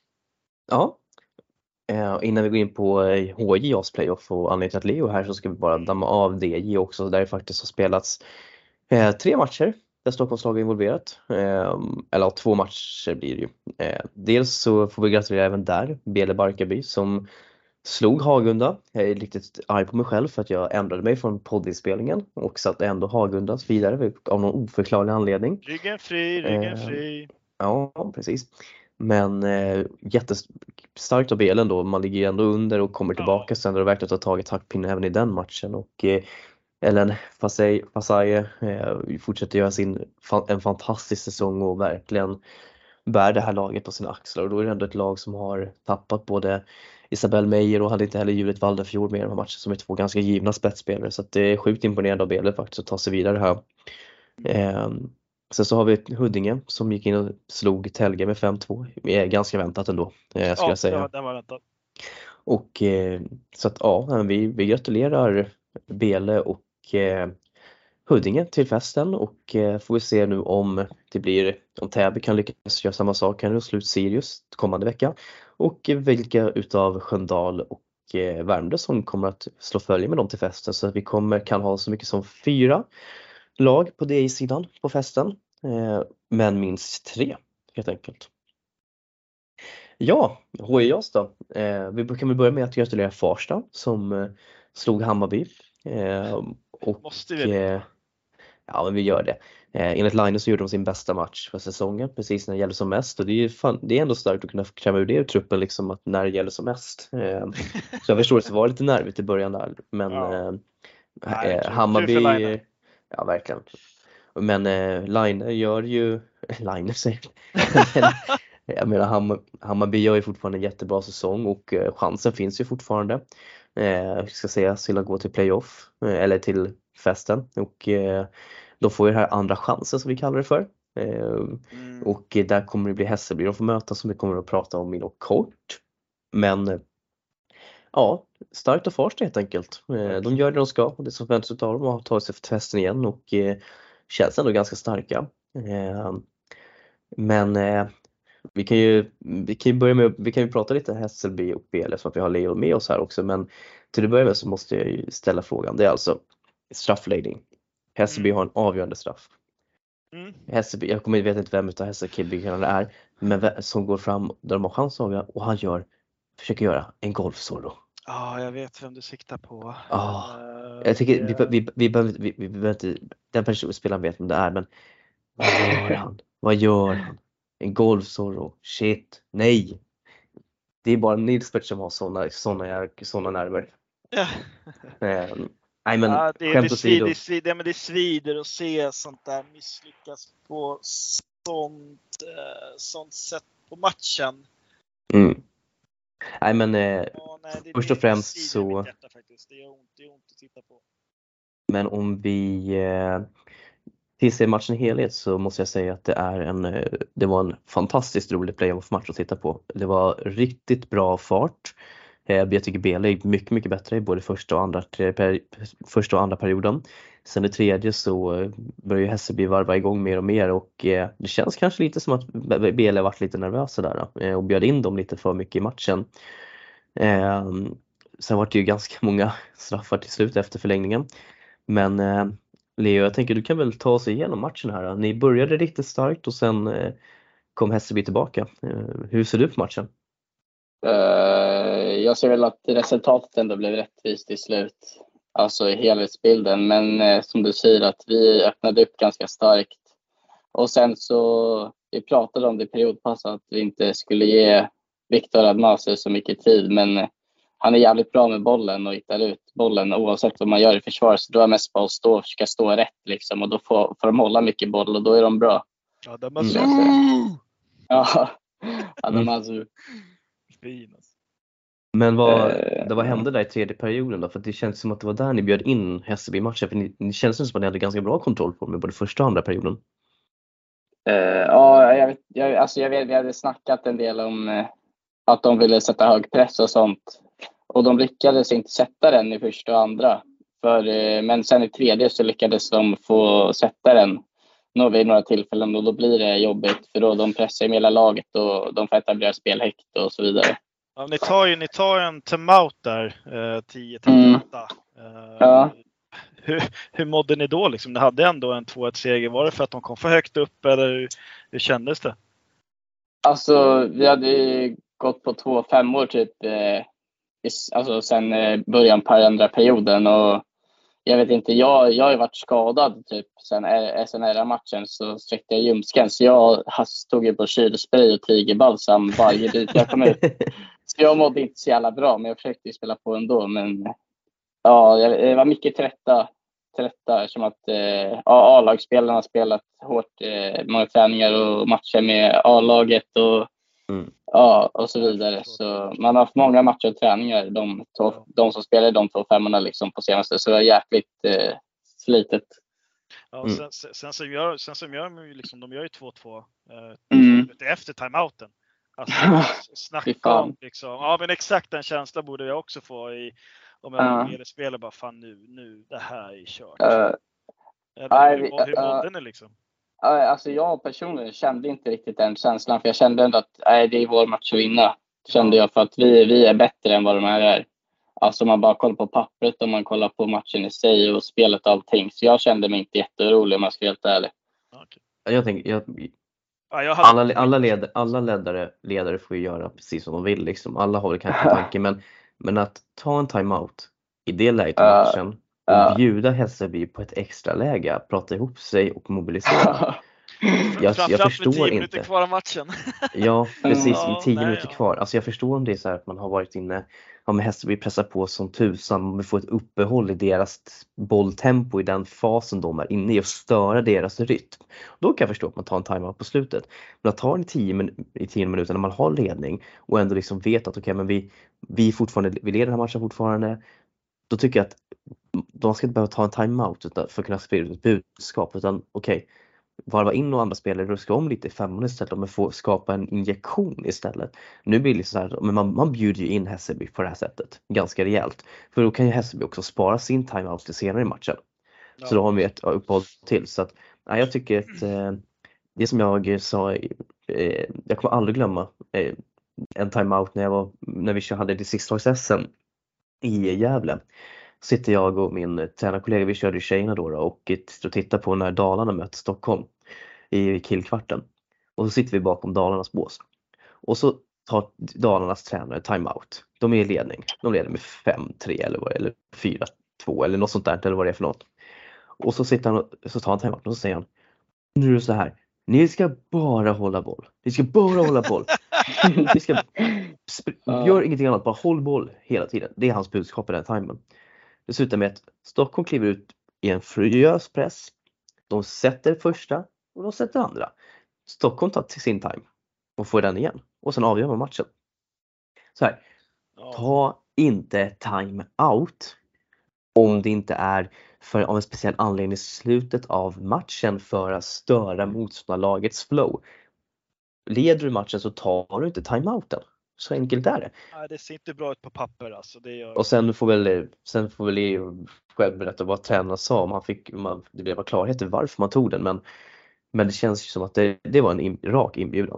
Ja. Eh, innan vi går in på eh, H J A's playoff och anledningen till att Leo är här, så ska vi bara damma av D J också, där det faktiskt har spelats eh, tre matcher där Stockholmslag är involverat. Eh, eller två matcher blir det ju. Eh, dels så får vi gratulera även där Bele Barkarby som slog Hagunda. Jag är riktigt arg på mig själv för att jag ändrade mig från poddinspelningen och satte ändå Hagundas vidare av någon oförklarlig anledning. Ryggen fri, ryggen Eh, fri. Ja, precis. Men eh, jättestarkt av Belen då. Man ligger ju ändå under och kommer tillbaka. Ja. Sen har det verkligen att ta tag i taktpinnen även i den matchen. Och eh, Ellen Fasaye eh, fortsätter göra sin fa- en fantastisk säsong och verkligen bär det här laget på sina axlar. Och då är det ändå ett lag som har tappat både Isabelle Meyer och hade inte heller Juliet Waldefjord med i de här matcherna, som är två ganska givna spetsspelare. Så att det är sjukt imponerande av Belen faktiskt att ta sig vidare här. Eh, Sen så har vi Huddinge som gick in och slog Telge med fem två. Det är ganska väntat ändå, eh, skulle Ja, jag säga. ja, den var väntat. Och eh, så att ja, vi, vi gratulerar Bele och eh, Huddinge till festen och eh, får vi se nu om det blir, om Täby kan lyckas göra samma sak här och slå ut Sirius kommande vecka. Och eh, vilka utav Sköndal och eh, Värmdö som kommer att slå följe med dem till festen, så att vi kommer kan ha så mycket som fyra lag på D I-sidan på festen, eh, men minst tre helt enkelt. Ja, H I A's då. Eh, vi kan väl börja med att gratulera Farsta som eh, slog Hammarby. Eh, och, Måste vi det? eh, ja, men vi gör det. Eh, enligt Linus så gjorde de sin bästa match för säsongen, precis när det gäller som mest. Och det är, fan, det är ändå starkt att kunna kräva ur det ur truppen, liksom, att när det gäller som mest. Eh, så jag förstår att det var lite nervigt i början där. Men Ja. eh, Nej, eh, kul- Hammarby... kul för Line. Ja, verkligen. Men eh, Line gör ju... Line säger men, jag menar, Ham, Hammarby gör ju fortfarande en jättebra säsong och eh, chansen finns ju fortfarande. eh, ska säga, till att gå till playoff eh, eller till festen, och eh, de får ju det här andra chansen som vi kallar det för. Eh, Mm. och eh, där kommer det bli Hässelby de får möta, som vi kommer att prata om inom kort. Men eh, ja, starkt och farst helt enkelt. Eh, de gör det de ska och det som väntas utav dem, och tar sig för festen igen, och eh, känns ändå ganska starka. Eh, men eh, vi kan ju vi kan ju börja med vi kan ju prata lite Hässelby och B L F, så att vi har Leo med oss här också, men till att börja med så måste jag ju ställa frågan. Det är alltså straffläggning. Hässelby Mm. har en avgörande straff. Mm. Hässelby, jag kommer vet inte vem utav Hässelby det är, men vem som går fram där de har chans att avgöra, och han gör försöker göra en golfsolo. Ja, jag vet vem du siktar på. Ah, Eh, jag tycker det- vi, vi, vi, behöver, vi, vi behöver inte, den personen spelaren vet vem det är, men vad gör han? Vad gör han? En golfsolo? Shit, nej. Det är bara Nilsbert som har såna, såna, såna nerver. Ja. Eh, nej men Ja, det, skämt det, åsido. svider, det, svider, ja, men det svider att se sånt där misslyckas på sånt, eh, sånt sätt på matchen. Mm. Nej men eh, Ja, nej, det, först det, och främst det svider i så, mitt hjärta faktiskt. Det gör ont, det gör ont att titta på. men om vi eh, tillser matchen i helhet, så måste jag säga att det är en eh, det var en fantastiskt rolig playoff-match att titta på. Det var riktigt bra fart. Eh, jag tycker B L är mycket mycket bättre i både första och andra tredje, per, första och andra perioden. Sen i tredje så eh, börjar ju Hässelby varva igång mer och mer, och eh, det känns kanske lite som att B L har varit lite nervösa där eh, och bjöd in dem lite för mycket i matchen. Eh, sen var det ju ganska många straffar till slut efter förlängningen. Men eh, Leo, jag tänker du kan väl ta oss igenom matchen här. Ni började riktigt starkt och sen eh, kom Hässelby tillbaka. Eh, hur ser du på matchen? Uh, jag ser väl att resultatet ändå blev rättvist till slut. Alltså i helhetsbilden. Men uh, som du säger, att vi öppnade upp ganska starkt. Och sen så, vi pratade om det i periodpass att vi inte skulle ge Victor Admase så mycket tid. Men uh, han är jävligt bra med bollen och hittar ut bollen oavsett vad man gör i försvar. Så då är mest bara att stå och försöka stå rätt liksom. Och då får, får de hålla mycket boll och då är de bra. Ja, det var så. Mm. Ja, Adamazou. Fin alltså. Men vad, Eh, det, vad hände där i tredje perioden då? För det känns som att det var där ni bjöd in Hässelby i matchen. För ni, ni känns som att ni hade ganska bra kontroll på dem i både första och andra perioden. Uh, ja, jag vet, jag, alltså jag vet, vi hade snackat en del om uh, att de ville sätta hög press och sånt. Och de lyckades inte sätta den i första och andra. För, uh, men sen i tredje så lyckades de få sätta den nå vid några tillfällen. Och då blir det jobbigt, för då de pressar med hela laget och de får etablera spel högt och så vidare. Ja, ni tar ju ni tar en timeout där, eh, tio till åtta. Mm. Eh, Ja. hur, hur mådde ni då? Liksom? Ni hade ändå en två ett seger. Var det för att de kom för högt upp, eller hur, hur kändes det? Alltså, vi hade ju gått på två femmor typ eh, i, alltså sen eh, början på andra perioden. Och jag vet inte, jag, jag har ju varit skadad typ sen S N R-matchen, så sträckte jag ljumsken. Så jag stod ju på kylspray och tigerbalsam varje bit jag kom ut. Så jag mådde inte så jävla bra, men jag försökte ju spela på ändå. Men ja, det var mycket trötta, trötta som att eh, A-lagsspelarna har spelat hårt eh, många träningar och matcher med A-laget och, mm. ja, och så vidare. Så man har haft många matcher och träningar, de, två, de som spelar de två femmorna liksom på senaste. Så det var jäkligt eh, slitet. Ja, Mm. sen, sen, sen så gör, sen så gör de ju liksom, de gör ju två två eh, Mm. efter timeouten. Alltså, snacka om liksom, ja men exakt den känslan borde jag också få i, om jag var uh. spelare, bara fan nu, nu, det här är kört. Uh, Eller, hur, uh, hur mådde uh, ni liksom? Uh, alltså jag personligen kände inte riktigt den känslan, för jag kände ändå att uh, det är vår match att vinna. Kände jag, för att vi, vi är bättre än vad de här är. Alltså man bara kollar på pappret och man kollar på matchen i sig och spelet och allting. Så jag kände mig inte jätteorolig, om jag ska vara helt ärlig. Okay. Jag tänker, jag, ja, jag hade... alla, alla, led, alla ledare, ledare får ju göra precis som de vill liksom. Alla har väl kanske en tanke, men, men att ta en timeout i det läget i matchen uh, och uh. bjuda Hässelby på ett extra läge, prata ihop sig och mobilisera. Jag, jag förstår med tio inte. minuter kvar av matchen. Ja, precis. Ja, med tio nej, minuter ja. kvar. Alltså jag förstår om det är så här att man har varit inne ja, men Hässelby pressar på som tusan, vi får ett uppehåll i deras bolltempo i den fasen de är inne i och störa deras rytm. Då kan jag förstå att man tar en timeout på slutet. Men att ta en i tio, min- i tio minuter när man har ledning och ändå liksom vet att okej, okay, men vi, vi, fortfarande, vi leder den här matchen fortfarande. Då tycker jag att de ska inte behöva ta en timeout utan, för att kunna sprida ett budskap. Utan okej, okay, varva in och andra spelare ruska om lite i femman istället, men få skapa en injektion istället. Nu blir det liksom så här, men man, man bjuder ju in Hässelby på det här sättet ganska rejält. För då kan ju Hässelby också spara sin timeout till senare i matchen. Ja. Så då har vi ett uppehåll till. Så att, ja, jag tycker att eh, det som jag sa, eh, jag kommer aldrig glömma eh, en timeout när jag var, när vi hade det sista S M i Gävle. Sitter jag och min tränarkollega, vi körde i tjejerna då, då och tittar på när Dalarna möter Stockholm i killkvarten. Och så sitter vi bakom Dalarnas bås. Och så tar Dalarnas tränare timeout. De är i ledning. De leder med fem tre eller vad, eller fyra två eller något sånt där, eller vad det är för något. Och så sitter han och så tar han timeout och så säger han: nu är det så här, ni ska bara hålla boll. Ni ska bara hålla boll. Ni ska sp- gör ingenting annat, bara håll boll hela tiden. Det är hans budskap i den timen. Dessutom med att Stockholm kliver ut i en furiös press. De sätter första och de sätter andra. Stockholm tar till sin time och får den igen. Och sen avgör man matchen. Så här, ta inte time out om det inte är för av en speciell anledning i slutet av matchen för att störa motståndarlagets flow. Leder du matchen så tar du inte timeouten. Så enkelt är det. Nej, det ser inte bra ut på papper alltså. Det gör... Och sen får väl sen får väl Leo själv berätta vad tränaren sa, om han fick man, det blev klarhet i varför man tog den, men men det känns ju som att det, det var en in, rak inbjudan.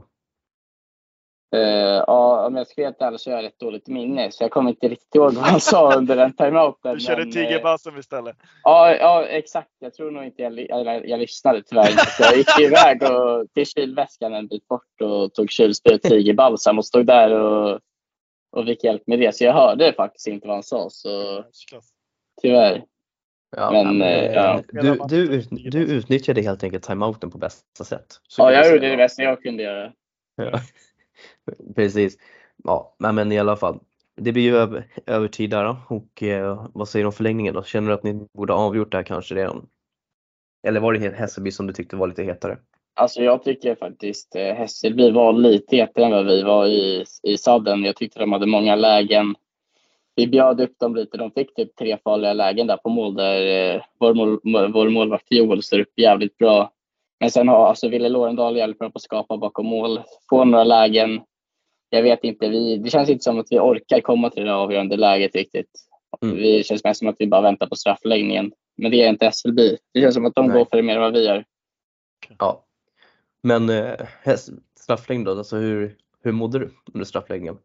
Uh, ja, om jag ska helt ärligt så har jag rätt dåligt minne, så jag kommer inte riktigt ihåg vad han sa under den timeouten. Du körde tigerbassen istället. Ja, ja, exakt. Jag tror nog inte jag, jag, jag lyssnade tyvärr. Jag gick iväg och, till kylväskan en bit bort och tog kylspel tigerbalsam och stod där och, och fick hjälp med det. Så jag hörde faktiskt inte vad han sa, så tyvärr. Ja, men, men ja. Du, du, du utnyttjade helt enkelt timeouten på bästa sätt. Så ja, jag gjorde det bästa jag kunde göra. Ja. Precis. Ja, men i alla fall. Det blir ju över, övertid där då. Och eh, vad säger du om förlängningen då? Känner du att ni borde ha avgjort det här kanske redan? Eller var det Hässelby som du tyckte var lite hetare? Alltså jag tycker faktiskt eh, Hässelby var lite hetare än vad vi var i, i sadden. Jag tyckte de hade många lägen. Vi bjöd upp dem lite. De fick typ tre farliga lägen där på mål där eh, vår, mål, vår målvakt Joel står upp jävligt bra. Men sen har alltså Ville Lorendal hjälpt på att skapa bakom mål. Få några lägen. Jag vet inte, vi, det känns inte som att vi orkar komma till det avgörande läget riktigt. Mm. Vi känns mest som att vi bara väntar på straffläggningen. Men det är inte Hässelby. Det känns som att de Nej. går för det mer än vad vi gör. Ja. Men eh, straffläggning då, alltså hur, hur mådde du under straffläggningen?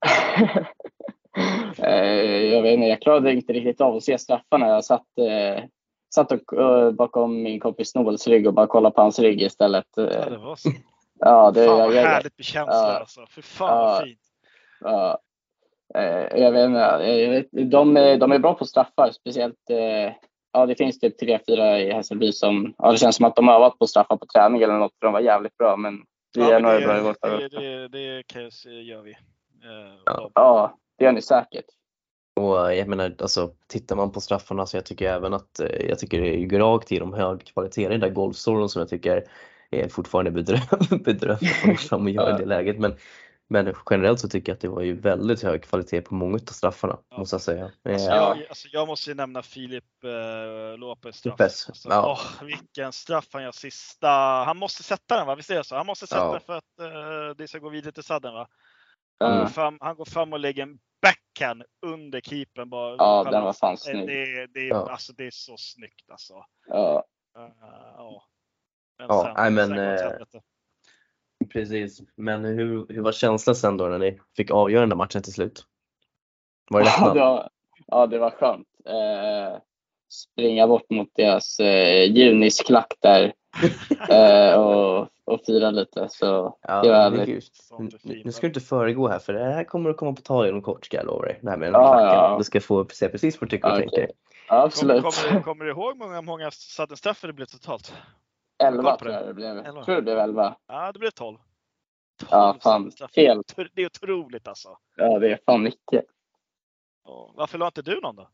jag vet inte, jag klarade inte riktigt av att se straffarna. Jag satt, eh, satt och, uh, bakom min kompis Noels rygg och bara kollade på hans rygg istället. Ja, det var så. Ja, det fan vad jag, härligt med känsla ja, alltså. För fan ja, vad fint. Ja, eh, jag vet inte, jag vet, de, de är bra på straffar. Speciellt, eh, ja det finns typ tre, fyra i Hässelby som, ja det känns som att de har övat på straffar på träning eller något. För de var jävligt bra, men vi ja, är men nog det, bra i vårt det, det, det, det gör vi. Eh, ja, ja, det gör ni säkert. Och jag menar, alltså tittar man på straffarna så jag tycker även att jag tycker det är rakt i de hög kvalitet i den där golfstorren som jag tycker är fortfarande bedrövligt fram och gör i det läget, men men generellt så tycker jag att det var ju väldigt hög kvalitet på många av straffarna, ja. måste jag säga. Alltså jag, alltså jag måste ju nämna Filip eh, Lopez straff. Alltså, ja. åh, vilken straff han gör sista. Han måste sätta den va? Visst är det så? Han måste sätta ja. den för att eh, det ska gå vidare till sadden va? Han, mm. går fram, han går fram och lägger en backhand under keepern bara. Ja, den var fan snygg. Det, det, ja. alltså, det är så snyggt alltså. Ja. Uh, ja. Men ja, sen, men, sen eh, precis. Men hur, hur var känslan sen då när ni fick avgöra den där matchen till slut? Var det ja, det var, ja, det var skönt. Eh, springa bort mot deras eh, junisklack där eh, och, och fira lite. Så ja, det var det nu, nu ska du inte föregå här, för det här kommer att komma på tal inom kort, ska jag lova dig. Det här med den ja, klacken. Ja. Du ska få se precis vad du tycker och okay. tänker. Ja, absolut. Kommer, kommer, kommer du ihåg många, många saddenstraffar det blev totalt? elva tror jag det blev. elva. Tror du det blev elva? Ja, det blev tolv. Ja, fan. Fel. Det är otroligt alltså. Ja, det är fan mycket. Och varför la inte du någon då?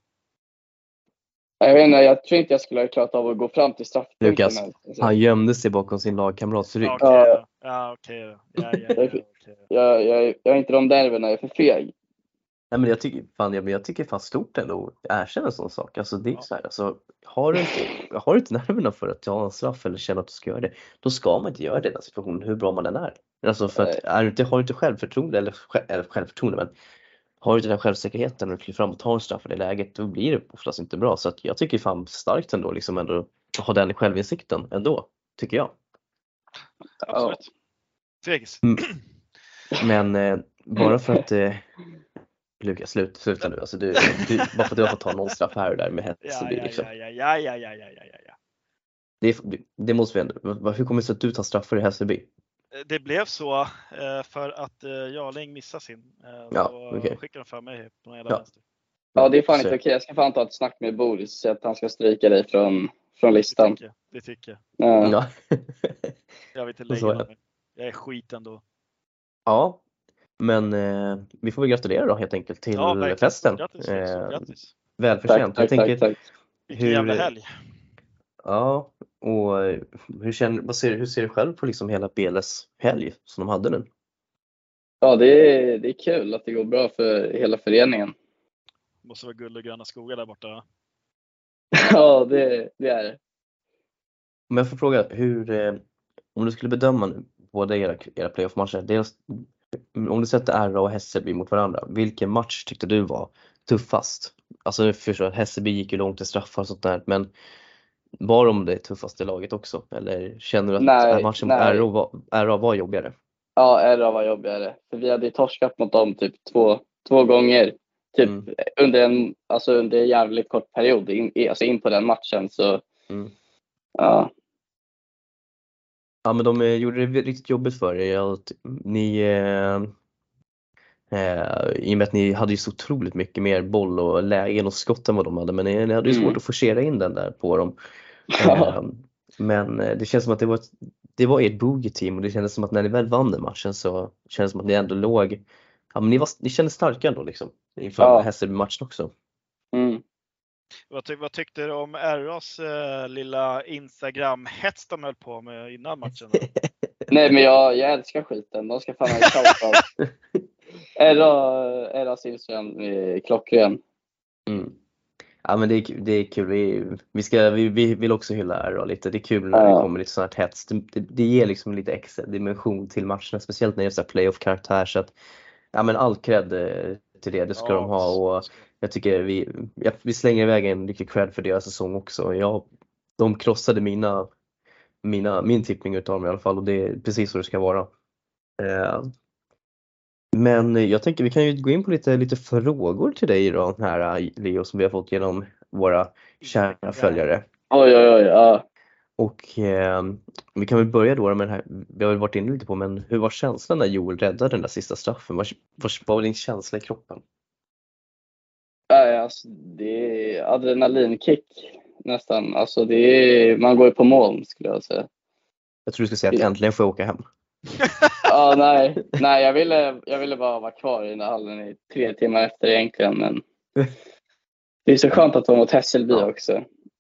Jag vet inte, jag tror inte jag skulle ha klarat av att gå fram till straffpunkten. Lukas, Alltså. han gömde sig bakom sin lagkamrats rygg. Okej, Ja. ja. Ja, okej. då. Ja, ja, ja, okej. Jag, jag, jag har inte de nerverna, jag är för feg. Nej, men jag tycker fan jag, men jag tycker fan stort ändå att erkänna en sån sak. Alltså det är Ja. så här, alltså har du inte har du inte nerverna för att ta en straff eller känna att du ska göra det, då ska man inte göra det i den situationen hur bra man än är. Alltså för att är du inte har du inte självförtroende eller, själv, eller självförtroende men har du inte den självsäkerheten när du kliver fram och tar en straff i det läget, då blir det oftast inte bra. Så att jag tycker fan starkt ändå liksom ändå att ha den självinsikten ändå, tycker jag. Absolut. Fegis. Mm. Men eh, bara för att eh, Lukas, slut, sluta nu. Alltså du, du, bara för att du har fått ta någon straff här och där med Hässelby. Ja, ja, Liksom. ja, ja, ja, ja, ja, ja, ja, ja. Det, det måste vi ändå. Hur kommer det sig att du tar straffar i Hässelby? Det blev så eh, för att eh, Jarling missade sin. Eh, Ja, så okej. skickade de för mig på någon jävla Ja. vänster. Ja, det är fan Så- inte okej. Jag ska fan ta ett snack med Boris och säga att han ska stryka dig från, från Det listan. tycker jag. Det tycker jag. Ja. Ja. Jag vill inte Och så lägga är det. någon. Jag är skit ändå. Ja, men eh, vi får väl gratulera då helt enkelt till Ja, verkligen. festen. Grattis, Eh, Fredrik. Grattis. välförtjänt. Tack, Jag tack, tänker, tack, tack. Vilken hur- jävla helg. Ja, och eh, hur, känner, vad ser, hur ser du själv på liksom hela B L S helg som de hade nu? Ja, det är, det är kul att det går bra för hela föreningen. Måste vara guld och gröna skogar där borta. Ja, det, det är det. Om jag får fråga, hur, eh, om du skulle bedöma nu båda era, era playoff-matcher, dels, om du sätter R A och Hässelby mot varandra, vilken match tyckte du var tuffast? Alltså jag förstår att Hässelby gick ju långt till straffar och sånt där, men var de det tuffaste laget också? Eller känner du att Nej, matchen nej. mot R A var, R A var jobbigare? Ja, R A var jobbigare. För vi hade ju torskat mot dem typ två, två gånger. Typ Mm. under en alltså under en jävligt kort period. In, alltså in på den matchen. Så Mm. ja. Ja, men de eh, gjorde det riktigt jobbigt för er. Att ni, eh, eh, i och med att ni hade ju så otroligt mycket mer boll och lägen och skott än vad de hade, men ni, ni hade ju svårt Mm. att forcera in den där på dem. Eh, men eh, det känns som att det var, ett- det var ert bogey-team och det kändes som att när ni väl vann den matchen så kändes det som att ni ändå låg, ja men ni, var, ni kändes starka ändå liksom inför Ja. Hässelby-matchen också. Mm. Vad, ty- vad tyckte du om R A:s eh, lilla Instagram-hets de höll på med innan matchen? Då? Nej, men jag, jag älskar skiten. De ska fan ha en shoutout. R A, R A:s Instagram är klockren. Mm. Ja men det är, det är kul, vi, vi, ska, vi, vi vill också hylla R A lite, det är kul när Ja. det kommer lite sånt här hets, det, det, det ger liksom lite extra dimension till matcherna, speciellt när det är så här playoff-karaktär, så att ja men all cred eh, till det, det ska Ja, de ha och jag tycker vi, ja, vi slänger iväg en riktig cred för deras säsong också. Jag, de krossade mina, mina, min tippning utav dem i alla fall och det är precis så det ska vara. Eh, men jag tänker vi kan ju gå in på lite, lite frågor till dig då, här Leo, som vi har fått genom våra kära följare. Oj, oj, oj. Ja. Och eh, vi kan väl börja då med den här, vi har väl varit inne lite på, men hur var känslan när Joel räddade den där sista straffen? Vad vad var din känsla i kroppen? Nej, alltså, det är adrenalinkick nästan. Alltså, det är, man går ju på moln skulle jag säga. Jag tror du skulle säga att äntligen får jag åka hem. Ja, nej, nej jag, ville, jag ville bara vara kvar i den där hallen i tre timmar efter egentligen. Men det är så skönt att vara mot Hässelby Ja. också.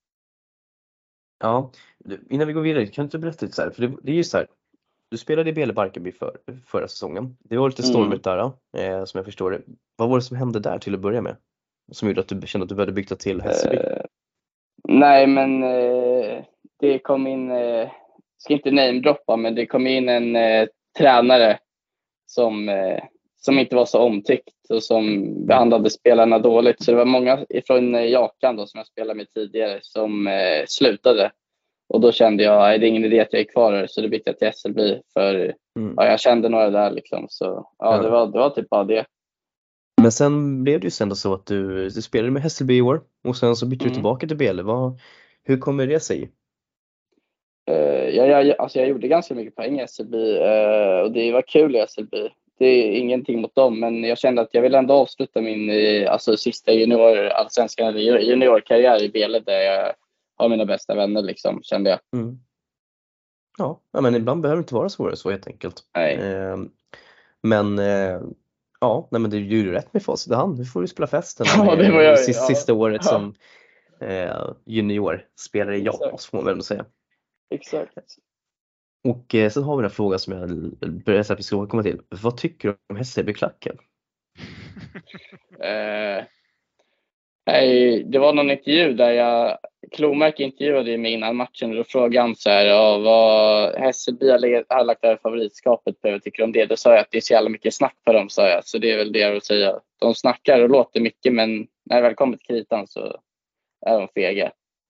Ja, du, innan vi går vidare, kan du inte berätta lite så här? För det, det är ju så här, du spelade i B L Barkarby för, förra säsongen. Det var lite Mm. stormigt där, eh, som jag förstår det. Vad var det som hände där till att börja med? Som gjorde att du kände att du började bygga till Hässelby? Eh, nej, men eh, det kom in, eh, ska inte namedroppa, men det kom in en eh, tränare som, eh, som inte var så omtyckt och som behandlade spelarna dåligt. Så det var många från eh, Jakan då, som jag spelade med tidigare som eh, slutade. Och då kände jag att det är ingen idé att jag är kvar här, så det bytte jag till Hässelby. För Mm. ja, jag kände några där liksom. Så ja, Ja. Det, var, det var typ bara det. Men sen blev det ju sen då så att du, du spelade med Hässelby i år och sen så bytte du Mm. tillbaka till B L. Vad, hur kommer det sig? Uh, jag, jag, alltså jag gjorde ganska mycket poäng i Hässelby uh, och det var kul i Hässelby. Det är ingenting mot dem, men jag kände att jag ville ändå avsluta min uh, alltså, sista junior, allsvenska juniorkarriär i B L där jag har mina bästa vänner liksom, kände jag. Mm. Ja, ja, men ibland behöver det inte vara svårare så helt enkelt. Nej. Eh, men eh, Ja, nej men det gjorde du rätt med facit i hand. Nu får du spela festen. Ja, med, det var jag, sista, ja. sista året Ja. som eh, junior spelare i Exakt. JAS får man väl säga. Exakt. Och eh, sen har vi den frågan som jag berättade att vi ska komma till. Vad tycker du om Hässelby-klacken? Eh, nej, det var någon intervju där jag Klomark intervjuade mig innan matchen och då frågade han så här, ja, vad Hässelby har, legat, har lagt över favoritskapet på, jag tycker om det. Då sa jag att det är så jävla mycket snack på dem, sa jag. Så det är väl det jag vill säga. De snackar och låter mycket, men när det väl kommer till kritan så är de fega.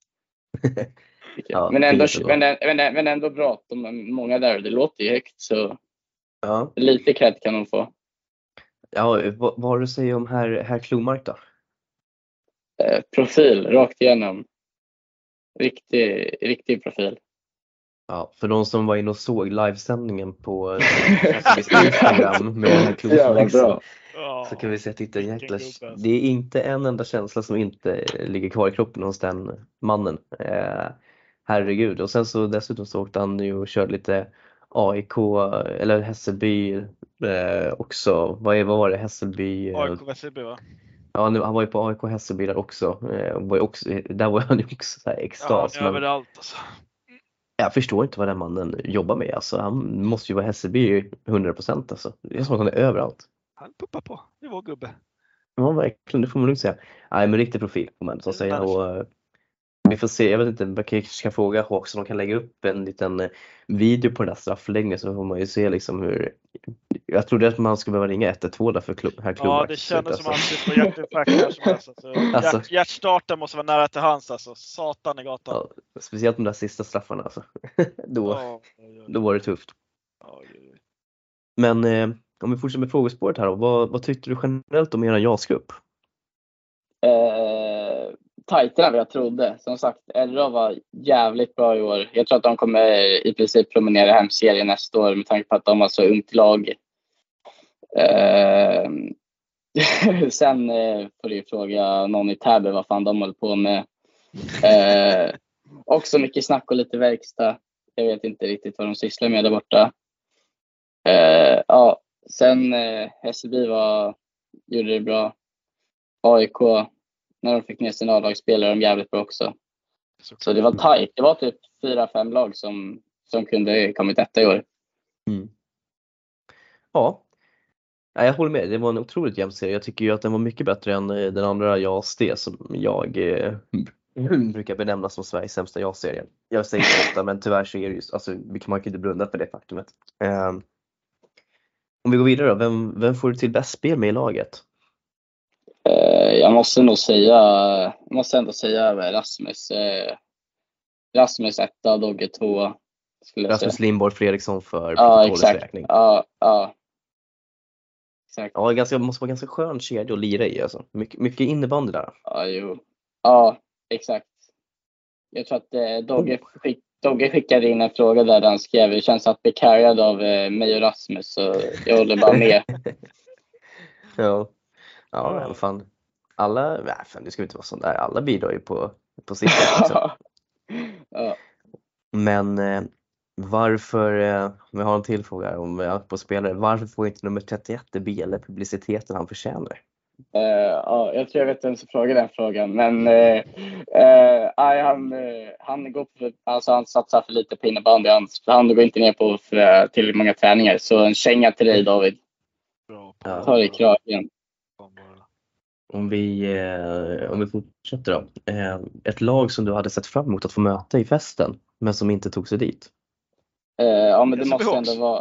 Ja, men, ändå, fint men, men, men ändå bra. De är många där och det låter ju högt, så Ja, lite cred kan de få. ja vad, vad har du att säga om herr, herr Klomark då? Eh, profil, rakt igenom. Riktig, riktig profil. Ja, för de som var inne och såg livesändningen på Hässelbys Instagram med den här Klomark så, så kan vi säga att det, är jäkla, det är inte en enda känsla som inte ligger kvar i kroppen hos den mannen. Eh, herregud. Och sen så dessutom så åkte han ju och körde lite A I K eller Hässelby eh, också. Vad, är, vad var det? Hässelby? Eh, A I K Hässelby va? Ja, nu, han var ju på A I K Hässelby där också. Eh, var ju också. Där var han ju också så här Ja, extas. han är överallt alltså. Jag förstår inte vad den mannen jobbar med. Alltså, han måste ju vara Hässelby hundra procent. Alltså. Det är som att han är överallt. Han puppar på, det var gubbe. Ja, verkligen. Det får man lugnt säga. Nej, men riktig profil får man så att säga. Och, eh, vi får se. Jag vet inte, jag kanske ska fråga Hawks om de kan lägga upp en liten eh, video på den där straffläggningen så får man ju se liksom hur. Jag trodde att man skulle behöva ringa ett ett två där för klubb, här klubbar. Ja, det kändes som att han sitter på hjärtinfarkt där som helst. Alltså. Alltså. Hjärt, hjärtstarten måste vara nära till hands alltså. Satan i gatan. Ja, speciellt de där sista straffarna alltså. då, Ja, ja, ja. då var det tufft. Ja, ja, ja. Men eh, om vi fortsätter med frågespåret här då. Vad, vad tyckte du generellt om er JAS-grupp? Eh, tajtare än vad jag trodde. Som sagt, Elra var jävligt bra i år. Jag tror att de kommer i princip promenera hem serien nästa år med tanke på att de har så ungt lag. Eh, sen eh, får du fråga någon i Täby vad fan de håller på med. Eh, också mycket snack och lite verkstad. Jag vet inte riktigt vad de sysslar med där borta. Eh, ja, sen eh, Hässelby var, gjorde det bra. A I K, när de fick ner sin A-lagsspelare, de jävligt bra också. Så, så det var tajt. Det var typ fyra, fem lag som, som kunde kommit detta i år. Mm. Ja. Ja, jag håller med. Det var en otroligt jämn serie. Jag tycker ju att den var mycket bättre än eh, den andra JAS-D som jag eh, brukar benämna som Sveriges sämsta JAS-serie. Jag säger det ofta, men tyvärr så är det just, alltså, vi kan man kan inte blunda för det faktumet. Eh, om vi går vidare då, vem, vem får du till bäst spel med i laget? Eh, jag måste nog säga, jag måste ändå säga Rasmus. Eh, Rasmus etta, Dogge två. Rasmus Lindborg Fredriksson för ja, protokollets exakt. räkning. Ja, ja. Exakt. Ja, ganska, måste vara ganska skön kedja att lira i alltså. Mycket, mycket innebandy där. Ja, jo. Ja, exakt. Jag tror att eh, Dogge, skick, Dogge skickade in en fråga där han skrev. Det känns att bli carried av eh, mig och Rasmus, så jag håller bara med. ja, ja, men fan. Alla, nej, fan, det ska inte vara sånt där. Alla bidrar ju på, på sitt sätt också. Ja. Men eh, varför, eh, om jag har en till fråga här om jag på spelare, varför får inte nummer trettioett det B eller publiciteten han förtjänar? Uh, ja, jag tror jag vet vem som frågar den frågan, men uh, uh, aj, han, uh, han, går för, alltså han satsar för lite på innebandy. Han, han går inte ner på för, till många träningar, så en känga till dig, David. Bra på Ja. Ta dig i kragen. Om vi, eh, om vi fortsätter då. Eh, ett lag som du hade sett fram emot att få möta i festen, men som inte tog sig dit. Uh, ja, men det Jag måste ändå vara...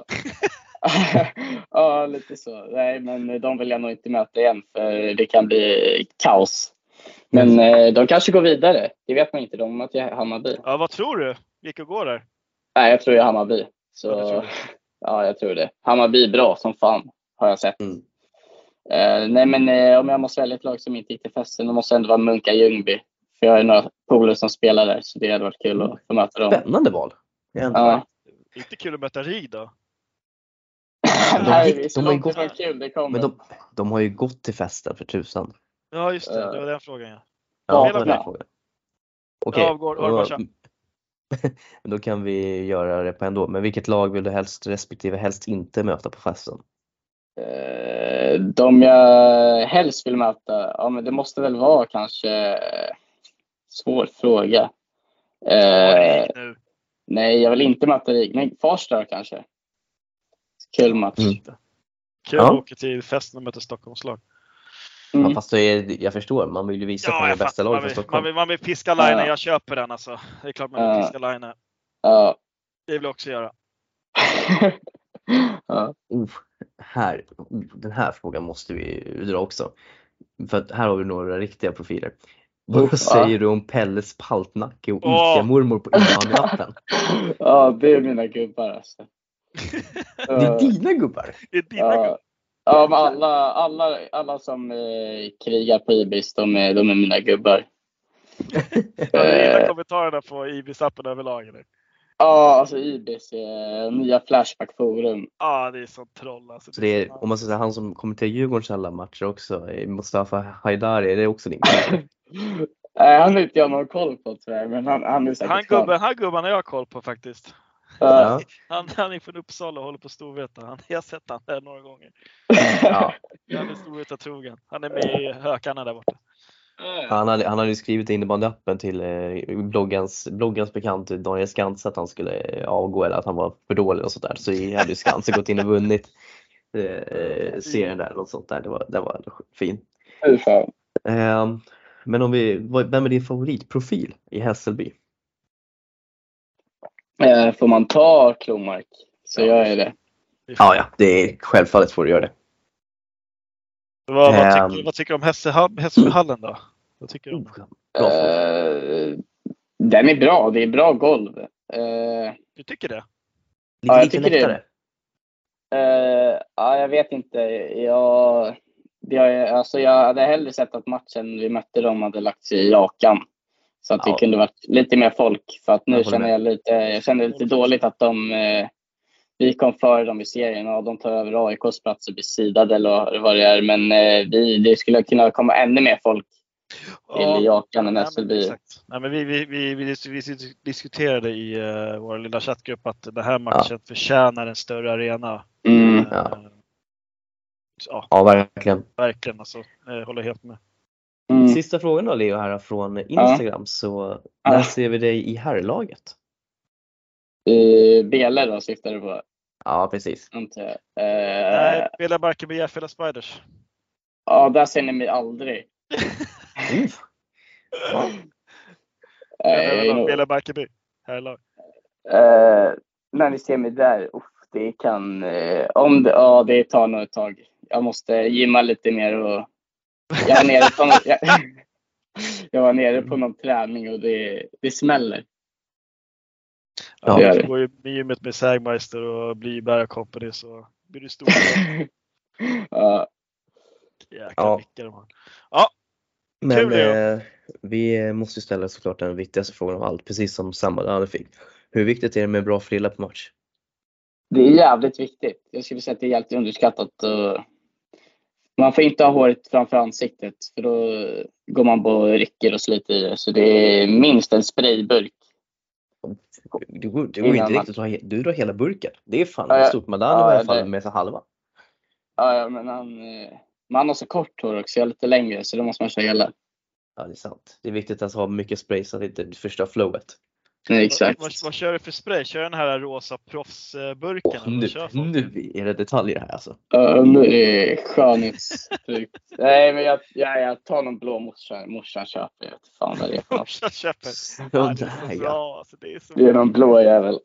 ja, lite så. Nej, men de vill jag nog inte möta igen, för det kan bli kaos. Men mm. de kanske går vidare. Det vet man inte. De möter Hammarby. Ja, vad tror du? Vilka går där? Nej, jag tror jag Hammarby. Så, ja, tror ja, jag tror det. Hammarby är bra som fan, har jag sett. Mm. Uh, nej, men uh, om jag måste välja ett lag som inte gick till festen, då måste ändå vara Munka Ljungby. För jag har några polare som spelar där, så det hade varit kul att få möta dem. Spännande val. Ja. Inte kul att möta Rig då. De, Nej, gick, det är de, så har ju långt gått, ifrån kul det kommer. men de, de har ju gått till festen för tusan. Ja, just det. Det var den frågan, ja. Ja, Ja, det var den frågan. Okej, Ja, går- går bara kör. då kan vi göra det på ändå. Men vilket lag vill du helst respektive helst inte möta på festen? Eh, de jag helst vill möta, ja men det måste väl vara kanske svår fråga. Eh, nu. nej, jag vill inte möta Rig. Nej, Farsta kanske. Kul match. Mm. Kul Ja. att åka till festen och möta Stockholmslag. Mm. Ja, fast det är, jag förstår, man vill ju visa att man är jag bästa fattar. laget man, från vill, Stockholm. man, vill, man vill piska Line, Ja. jag köper den alltså. Det är klart man vill Ja. piska Line. Ja. Det vill jag också göra. Ja. Oh, här, oh, den här frågan måste vi dra också. För att här har vi några riktiga profiler. Vad Oh, säger ja. du om Pelles paltnacke och Åh. Ica-mormor på innebandynatten? Ja, det är mina gubbar alltså. Det är dina gubbar? Det är dina Ja. gubbar. Ja, men alla, alla, alla som eh, krigar på Ibis, de är, de är mina gubbar. Ja, du gillar Eh, kommentarerna på Ibis-appen överlag eller? Ja, alltså Ibis, eh, nya Flashback-forum. Ja, det är sånt troll alltså. Så det är, om man ska säga, han som kommenterar Djurgårdens alla matcher också, eh, Mustafa Haidari, är det också din gubbe? Nej, han har inte jag någon koll på tyvärr, men han, han är säkert Han skön. gubben, han gubben har jag koll på faktiskt. Ja. Han, han är från Uppsala och håller på Storvreta. Han, jag har sett han där några gånger. Ja. Han är Storvreta trogen. Han är med i hökarna där borta. Han hade, han hade ju skrivit in i bandyappen till eh, bloggens, bloggens bekant Daniel Skantz att han skulle eh, avgå eller att han var för dålig och sånt där. Så hade ju Skantz gått in och vunnit eh, serien där och sånt där. Det var, det var fint. Hur fan? Eh, men om vi, vad- vem är din favoritprofil i Hässelby? Eh, får man ta Klomark så Ja. gör jag det. Ja, ja, det är självfallet får du göra det. Vad, vad, Ehm. tycker, vad tycker du om Hässelha- Hässelbyhallen då? Vad tycker du om? Oh, bra fråga. Eh, den är bra, det är bra golv. Eh, Du tycker det? Lite, ja, jag lite tycker det. lättare. Eh, ja, jag vet inte. Jag, jag, alltså jag hade hellre sett att matchen vi mötte dem hade lagt sig i rakan. Så att Ja. det kunde varit lite mer folk. För att nu Jag håller känner med. jag lite, jag känner lite dåligt att de, eh, vi kom före dem i serien och de tar över A I K:s plats och blir sidade eller vad det är. Men eh, vi, det skulle kunna komma ännu mer folk till Jakan än nej, men Hässelby. exakt. Nej, men vi, vi, vi, vi, vi diskuterade i uh, vår lilla chattgrupp att den här matchen förtjänar en större arena. Mm. Eh, Ja. ja, Ja, verkligen. verkligen alltså. Jag håller helt med. Mm. Sista frågan då, Leo, här från Instagram. Så när Ja. ser vi dig i herrlaget? Uh, Bele då syftar du på? Ja, precis. Antar jag. Nej, Eh, Bela Barkarby, Järfälla Spiders. ja, där ser ni mig aldrig. Mm. Ja. Eh, nog- Bela Barkarby. Härlag. Eh, när ni ser mig där, uff, det kan, eh, om det, ja det tar nog ett tag. Jag måste gymma lite mer och jag var nere på, någon, jag, jag var nere på någon träning och det, det smäller. Ja, det gör du det. går ju med gymmet med Sägmeister och blir Berg Company så blir du stor. Ja, Jäkla Ja. mycket de har. Ja, Men Kul, Leo. eh, vi måste ställa såklart den viktigaste frågan av allt, precis som Samad fick. Hur viktigt är det med bra frilla på match? det är jävligt viktigt. Jag skulle säga att det är helt underskattat. Och man får inte ha håret framför ansiktet för då går man på och rycker och sliter i det. Så det är minst en sprayburk. Du går, du går Innan inte match. riktigt att ha, du drar hela burken. Det är fan Ja, ja. stort. Madani Ja, har i ja, alla fall det- med sig halva. Ja, ja, men han, eh, man har så kort hår också, jag är lite längre så då måste man köra hela. Ja, det är sant. Det är viktigt att ha mycket spray så att det inte förstör flowet. Nej, exakt. Vad, vad kör du för spray? Kör den här rosa proffsburken? Åh, eller vad nu, kör folk? nu är det detaljer här alltså. Ja, nu är det skönhetsfrukt. Nej, men jag, jag, jag tar någon blå morsan, morsan köper. Jag vet inte fan vad det är för något. Jag köper. Så Ja, det är där, så ja. bra. Alltså, det är så Det är någon blå jävel.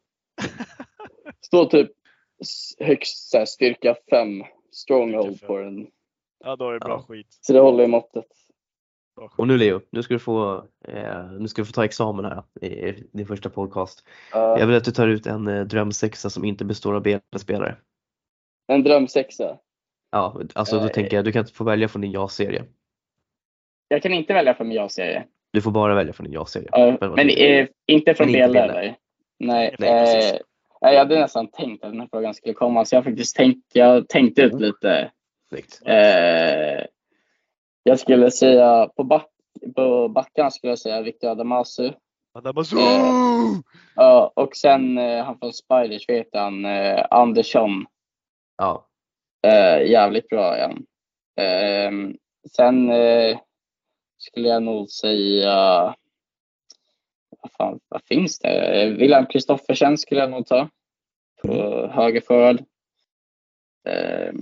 Står typ s- högst så här, styrka fem stronghold Styrka fem. på den. Ja, då är det bra Ja. skit. Så det håller i måttet. Bra skit. Och nu Leo, nu ska du få, eh, nu ska du få ta examen här i din första podcast. Ja, Jag vill att du tar ut en eh, drömsexa som inte består av B-spelare. en drömsexa. Ja, alltså då Eh. tänker jag, du kan inte få välja från din ja-serie. Jag kan inte välja från min ja-serie. Du får bara välja från din ja-serie. Ja, Men vad men tycker du? eh, inte från Men inte Bele Bele. eller? Nej, Nej, precis. eh, jag hade nästan tänkt att den här frågan skulle komma. Så jag har faktiskt tänkt, jag tänkte ut Oh. lite. Snyggt. Eh, jag skulle säga på, back, på backarna skulle jag säga Victor Adamasu. Adamasu! Eh. Ja, och sen eh, han från Spiders vet han, eh, Andersson. Ja. Eh, jävligt bra igen. Eh, sen eh, skulle jag nog säga... Vad, fan, vad finns det? Eh, William Kristoffersen skulle jag nog ta. På Mm. högerförward. Eh,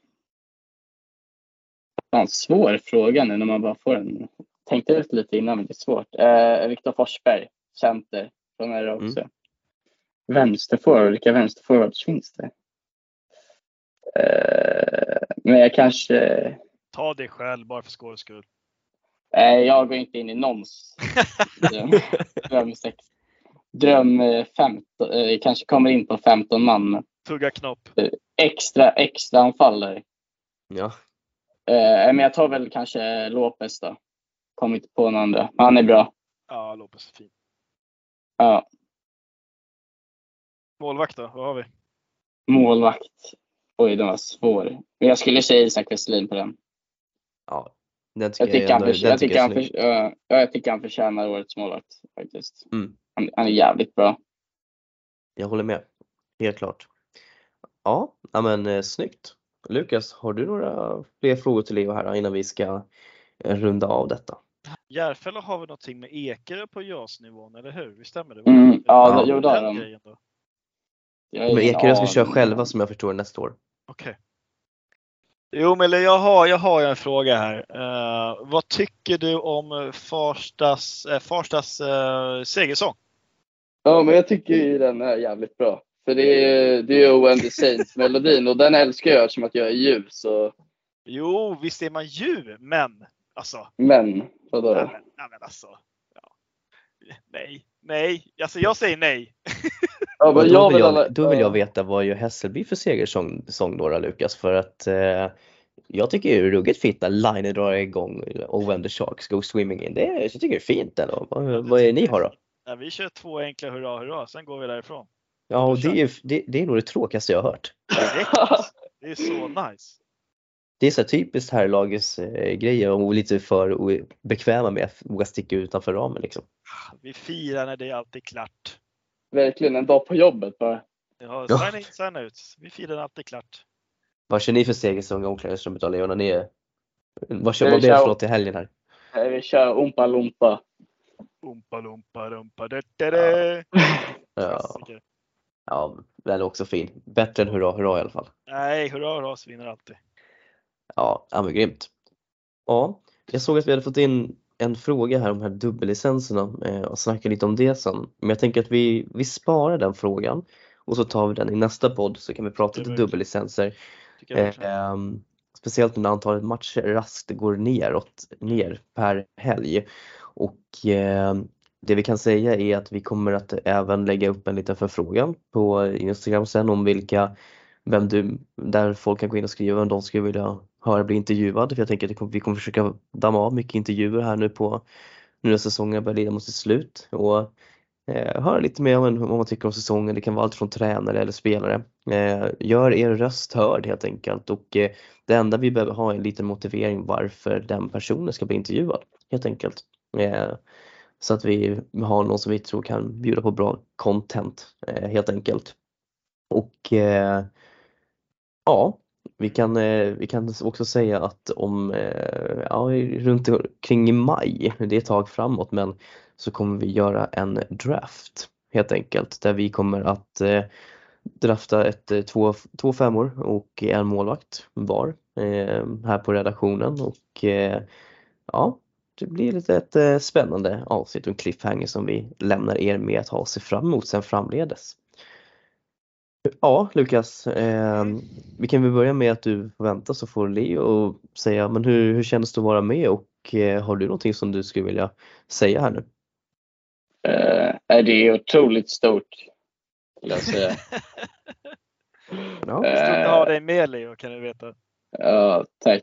fan, svår fråga nu när man bara får en... Tänkte ut lite innan, men det är svårt. Eh, Viktor Forsberg, center. Från är det också. Mm. Vänsterforward, vilka vänsterforwards finns det? Eh, men jag kanske... Ta det själv bara för skådens skull. Eh, jag går inte in i någons dröm, dröm sex. Dröm eh, femton, eh, kanske kommer in på femton man. Men Tugga knopp. extra, extra anfallare. Ja. Eh, men jag tar väl kanske Lopez då. Kommer inte på någon andra. Han är bra. Ja, Lopez är fin. Ja, Målvakt då, vad har vi? målvakt. Oj, den var svår. Men jag skulle säga Isak Westlin på den. Ja, den tycker Jag tycker, jag, han, ändå, för, den jag, tycker tycker jag han, är för, snygg. ja, jag tycker han förtjänar årets målvakt faktiskt. Mm. Han, han är jävligt bra. Jag håller med. Helt klart. Ja, ja men eh, snyggt. Lukas, har du några fler frågor till Leo här innan vi ska eh, runda av detta? Järfälla har vi någonting med Ekerö på JAS-nivån, eller hur? Vi stämmer det? Var Mm, det- ja, Ja. det, jo, det har den de. grejen då? Jag har Men ingen Ekerö ska köra aning. själva som jag förstår nästa år. Okej. Jo, men jag har, jag har en fråga här. Eh, vad tycker du om Farstas, eh, Farstas eh, segersång? Ja, men jag tycker ju den är jävligt bra. För det är, det är ju When the Saints-melodin och den älskar jag eftersom att jag är djur. Så... Jo, visst är man ju, men alltså. Men, vadå? Nej, men, nej, men alltså. Ja. Nej, nej. Alltså jag säger nej. Ja, men Och då, jag vill vill jag, alla... då vill jag ja. veta vad gör Hässelby för segersång sång då, Lukas? För att eh, jag tycker det är ruggigt fint när Line drar igång och When the Sharks go swimming in. Det är, jag tycker det är fint ändå. Vad, vad är det ni har då? Ja, vi kör två enkla hurra, hurra. Sen går vi därifrån. Ja, och det är, ju- det, det är nog det tråkigaste jag har hört. Direkt. Det är så nice. Det är så här typiskt herrlagets eh, grejer och lite för o- bekväma med att våga sticka utanför ramen liksom. Vi firar när det är alltid klart. Verkligen en dag på jobbet bara. Ja, Ja. signa in, signa ut. Vi firar när allt är klart. Vad kör ni för segersång i omklädningsrummet då, Leon? När ni är... Vad, kör, Vi vad blir det kör- för något i helgen här? Eh, Vi kör Ompa Lompa. Umpa lumpa rumpa da, da, da. Ja, Klassiker. ja, den är också fin. Bättre än hurra, hurra i alla fall. Nej, hurra, hurra så vinner alltid. Ja, ja men grymt. Ja, jag såg att vi hade fått in en fråga här om de här dubbellicenserna eh, och snackar lite om det sen. Men jag tänker att vi, vi sparar den frågan och så tar vi den i nästa podd så kan vi prata Det lite var- dubbellicenser. Tycker jag Eh, verkligen. ehm, speciellt när antalet matcher raskt går neråt, ner per helg. Och eh, det vi kan säga är att vi kommer att även lägga upp en liten förfrågan på Instagram sen om vilka, vem du, där folk kan gå in och skriva om de skulle vilja höra bli intervjuad. För jag tänker att det kommer- vi kommer försöka damma av mycket intervjuer här nu på nu när säsongen börjar lida mot sitt slut. Och Eh, höra lite mer om vad man tycker om säsongen. Det kan vara allt från tränare eller spelare. Eh, gör er röst hörd helt enkelt. Och eh, det enda vi behöver ha är en liten motivering varför den personen ska bli intervjuad. Helt enkelt. Eh, så att vi har någon som vi tror kan bjuda på bra content. Eh, helt enkelt. Och eh, ja, vi kan, eh, vi kan också säga att om eh, ja, runt kring i maj, det är ett tag framåt, men så kommer vi göra en draft helt enkelt där vi kommer att eh, drafta ett, eh, två, två femmor och en målvakt var eh, här på redaktionen och eh, ja, det blir lite ett eh, spännande avsnitt och en cliffhanger som vi lämnar er med att ha sig fram emot sen framledes. Ja, Lukas, eh, vi kan väl börja med att du får vänta så får Leo säga, men hur, hur känns det att vara med och eh, har du någonting som du skulle vilja säga här nu? Eh, det är otroligt stort. Vill jag säga. Ja, Stort att ha Eh, dig med, Leo, kan du veta. ja, tack.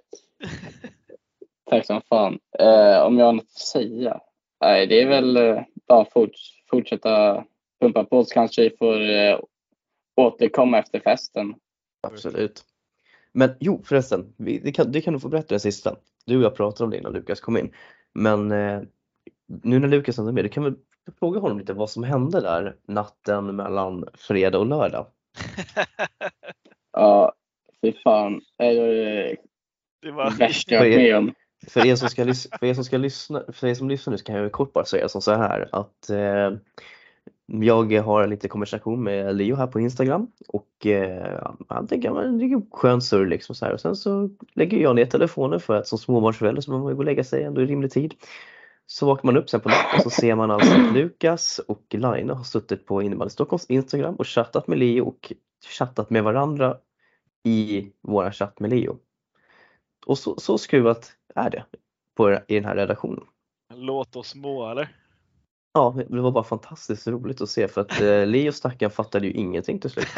Tack som fan. Eh, om jag har något att säga? Nej, det är väl eh, bara forts- fortsätta pumpa på så kanske vi får eh, återkomma efter festen. absolut. Men jo, förresten, vi, det, kan, det kan du få berätta det sista. Du och jag pratade om det innan Lukas kom in. Men eh, nu när Lukas är med, du kan väl fråga honom lite vad som hände där natten mellan fredag och lördag. Ja, fy fan. Det är Det var det värsta jag varit med om. För er som ska, lys- för er som ska lyssna, för er som lyssnar nu så kan jag kort bara säga som så här att eh, jag har lite konversation med Leo här på Instagram och eh, han tänker att det är skönt surr liksom så här och sen så lägger jag ner telefonen för att som småbarnsförälder så man går och lägga sig ändå i rimlig tid. Så vaknar man upp sen på natten så ser man alltså att Lukas och Line har suttit på Innebandy Stockholms Instagram och chattat med Leo och chattat med varandra i våra chatt med Leo. Och så, så skruvat är det på, i den här redaktionen. Låt oss må, eller? Ja, det var bara fantastiskt roligt att se för att eh, Leo stackaren fattade ju ingenting till slut.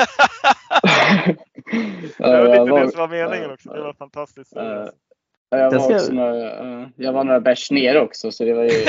Det var jag lite var, det som var meningen också. Det var fantastiskt. Uh, jag, var ska... också några, uh, jag var några bärs ner också så det var ju...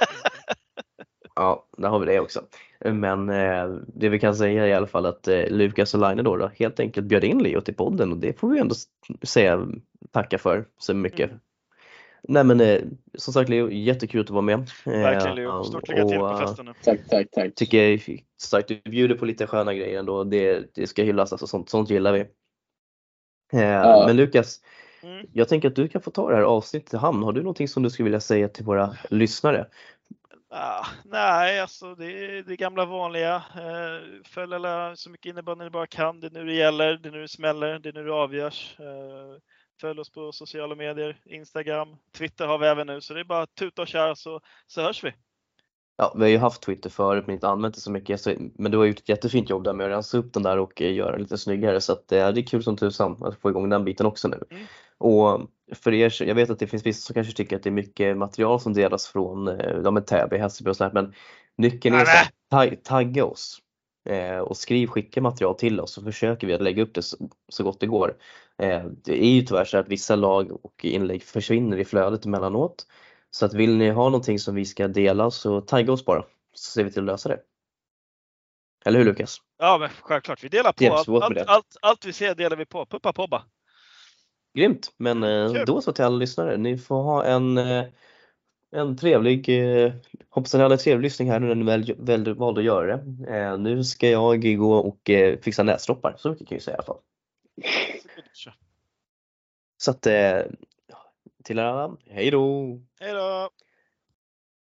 Ja, där har vi det också. Men eh, det vi kan säga är i alla fall att eh, Lukas och Line då, då helt enkelt bjöd in Leo till podden och det får vi ändå säga tacka för så mycket. Mm. Nej men eh, som sagt Leo, jättekul att vara med. Verkligen Leo, stort lycka till på festen nu. Tack, tack, tack. Tycker jag är starkt, du bjuder på lite sköna grejer ändå, det, det ska hyllas, alltså sånt, sånt gillar vi. Eh, Ja. Men Lukas, Mm. jag tänker att du kan få ta det här avsnittet i hamn. Har du någonting som du skulle vilja säga till våra lyssnare? Ah, nej, alltså det är det gamla vanliga. Eh, följ alla så mycket innebandy ni bara kan. Det är nu det gäller, det är nu det smäller, det är nu det avgörs. Eh, följ oss på sociala medier, Instagram, Twitter har vi även nu. Så det är bara att tuta och köra så, så hörs vi. Ja, vi har ju haft Twitter förut men inte använt det så mycket. Så, men du har gjort ett jättefint jobb där med att rensa upp den där och eh, göra den lite snyggare. Så att, eh, det är kul som tusan att få igång den biten också nu. Mm. Och för er, jag vet att det finns vissa som kanske tycker att det är mycket material som delas från eh, de är Täby, Hässelby och sådär. Men nyckeln är att tag, tagga oss eh, och skriv, skicka material till oss så försöker vi att lägga upp det så, så gott det går. Eh, det är ju tyvärr så att vissa lag och inlägg försvinner i flödet emellanåt. Så att vill ni ha någonting som vi ska dela så tagga oss bara så ser vi till att lösa det. Eller hur Lukas? Ja men självklart, vi delar på allt, allt, allt, allt vi ser delar vi på. Puppa pobba. Grymt, men eh, då så till alla lyssnare. Ni får ha en, eh, en trevlig, eh, hoppas att ni hade en trevlig lyssning här nu när ni väl, väl valde att göra det. Eh, nu ska jag gå och eh, fixa näsdroppar, så mycket kan jag säga i alla fall. Så att eh, till alla, hej då! Hej då!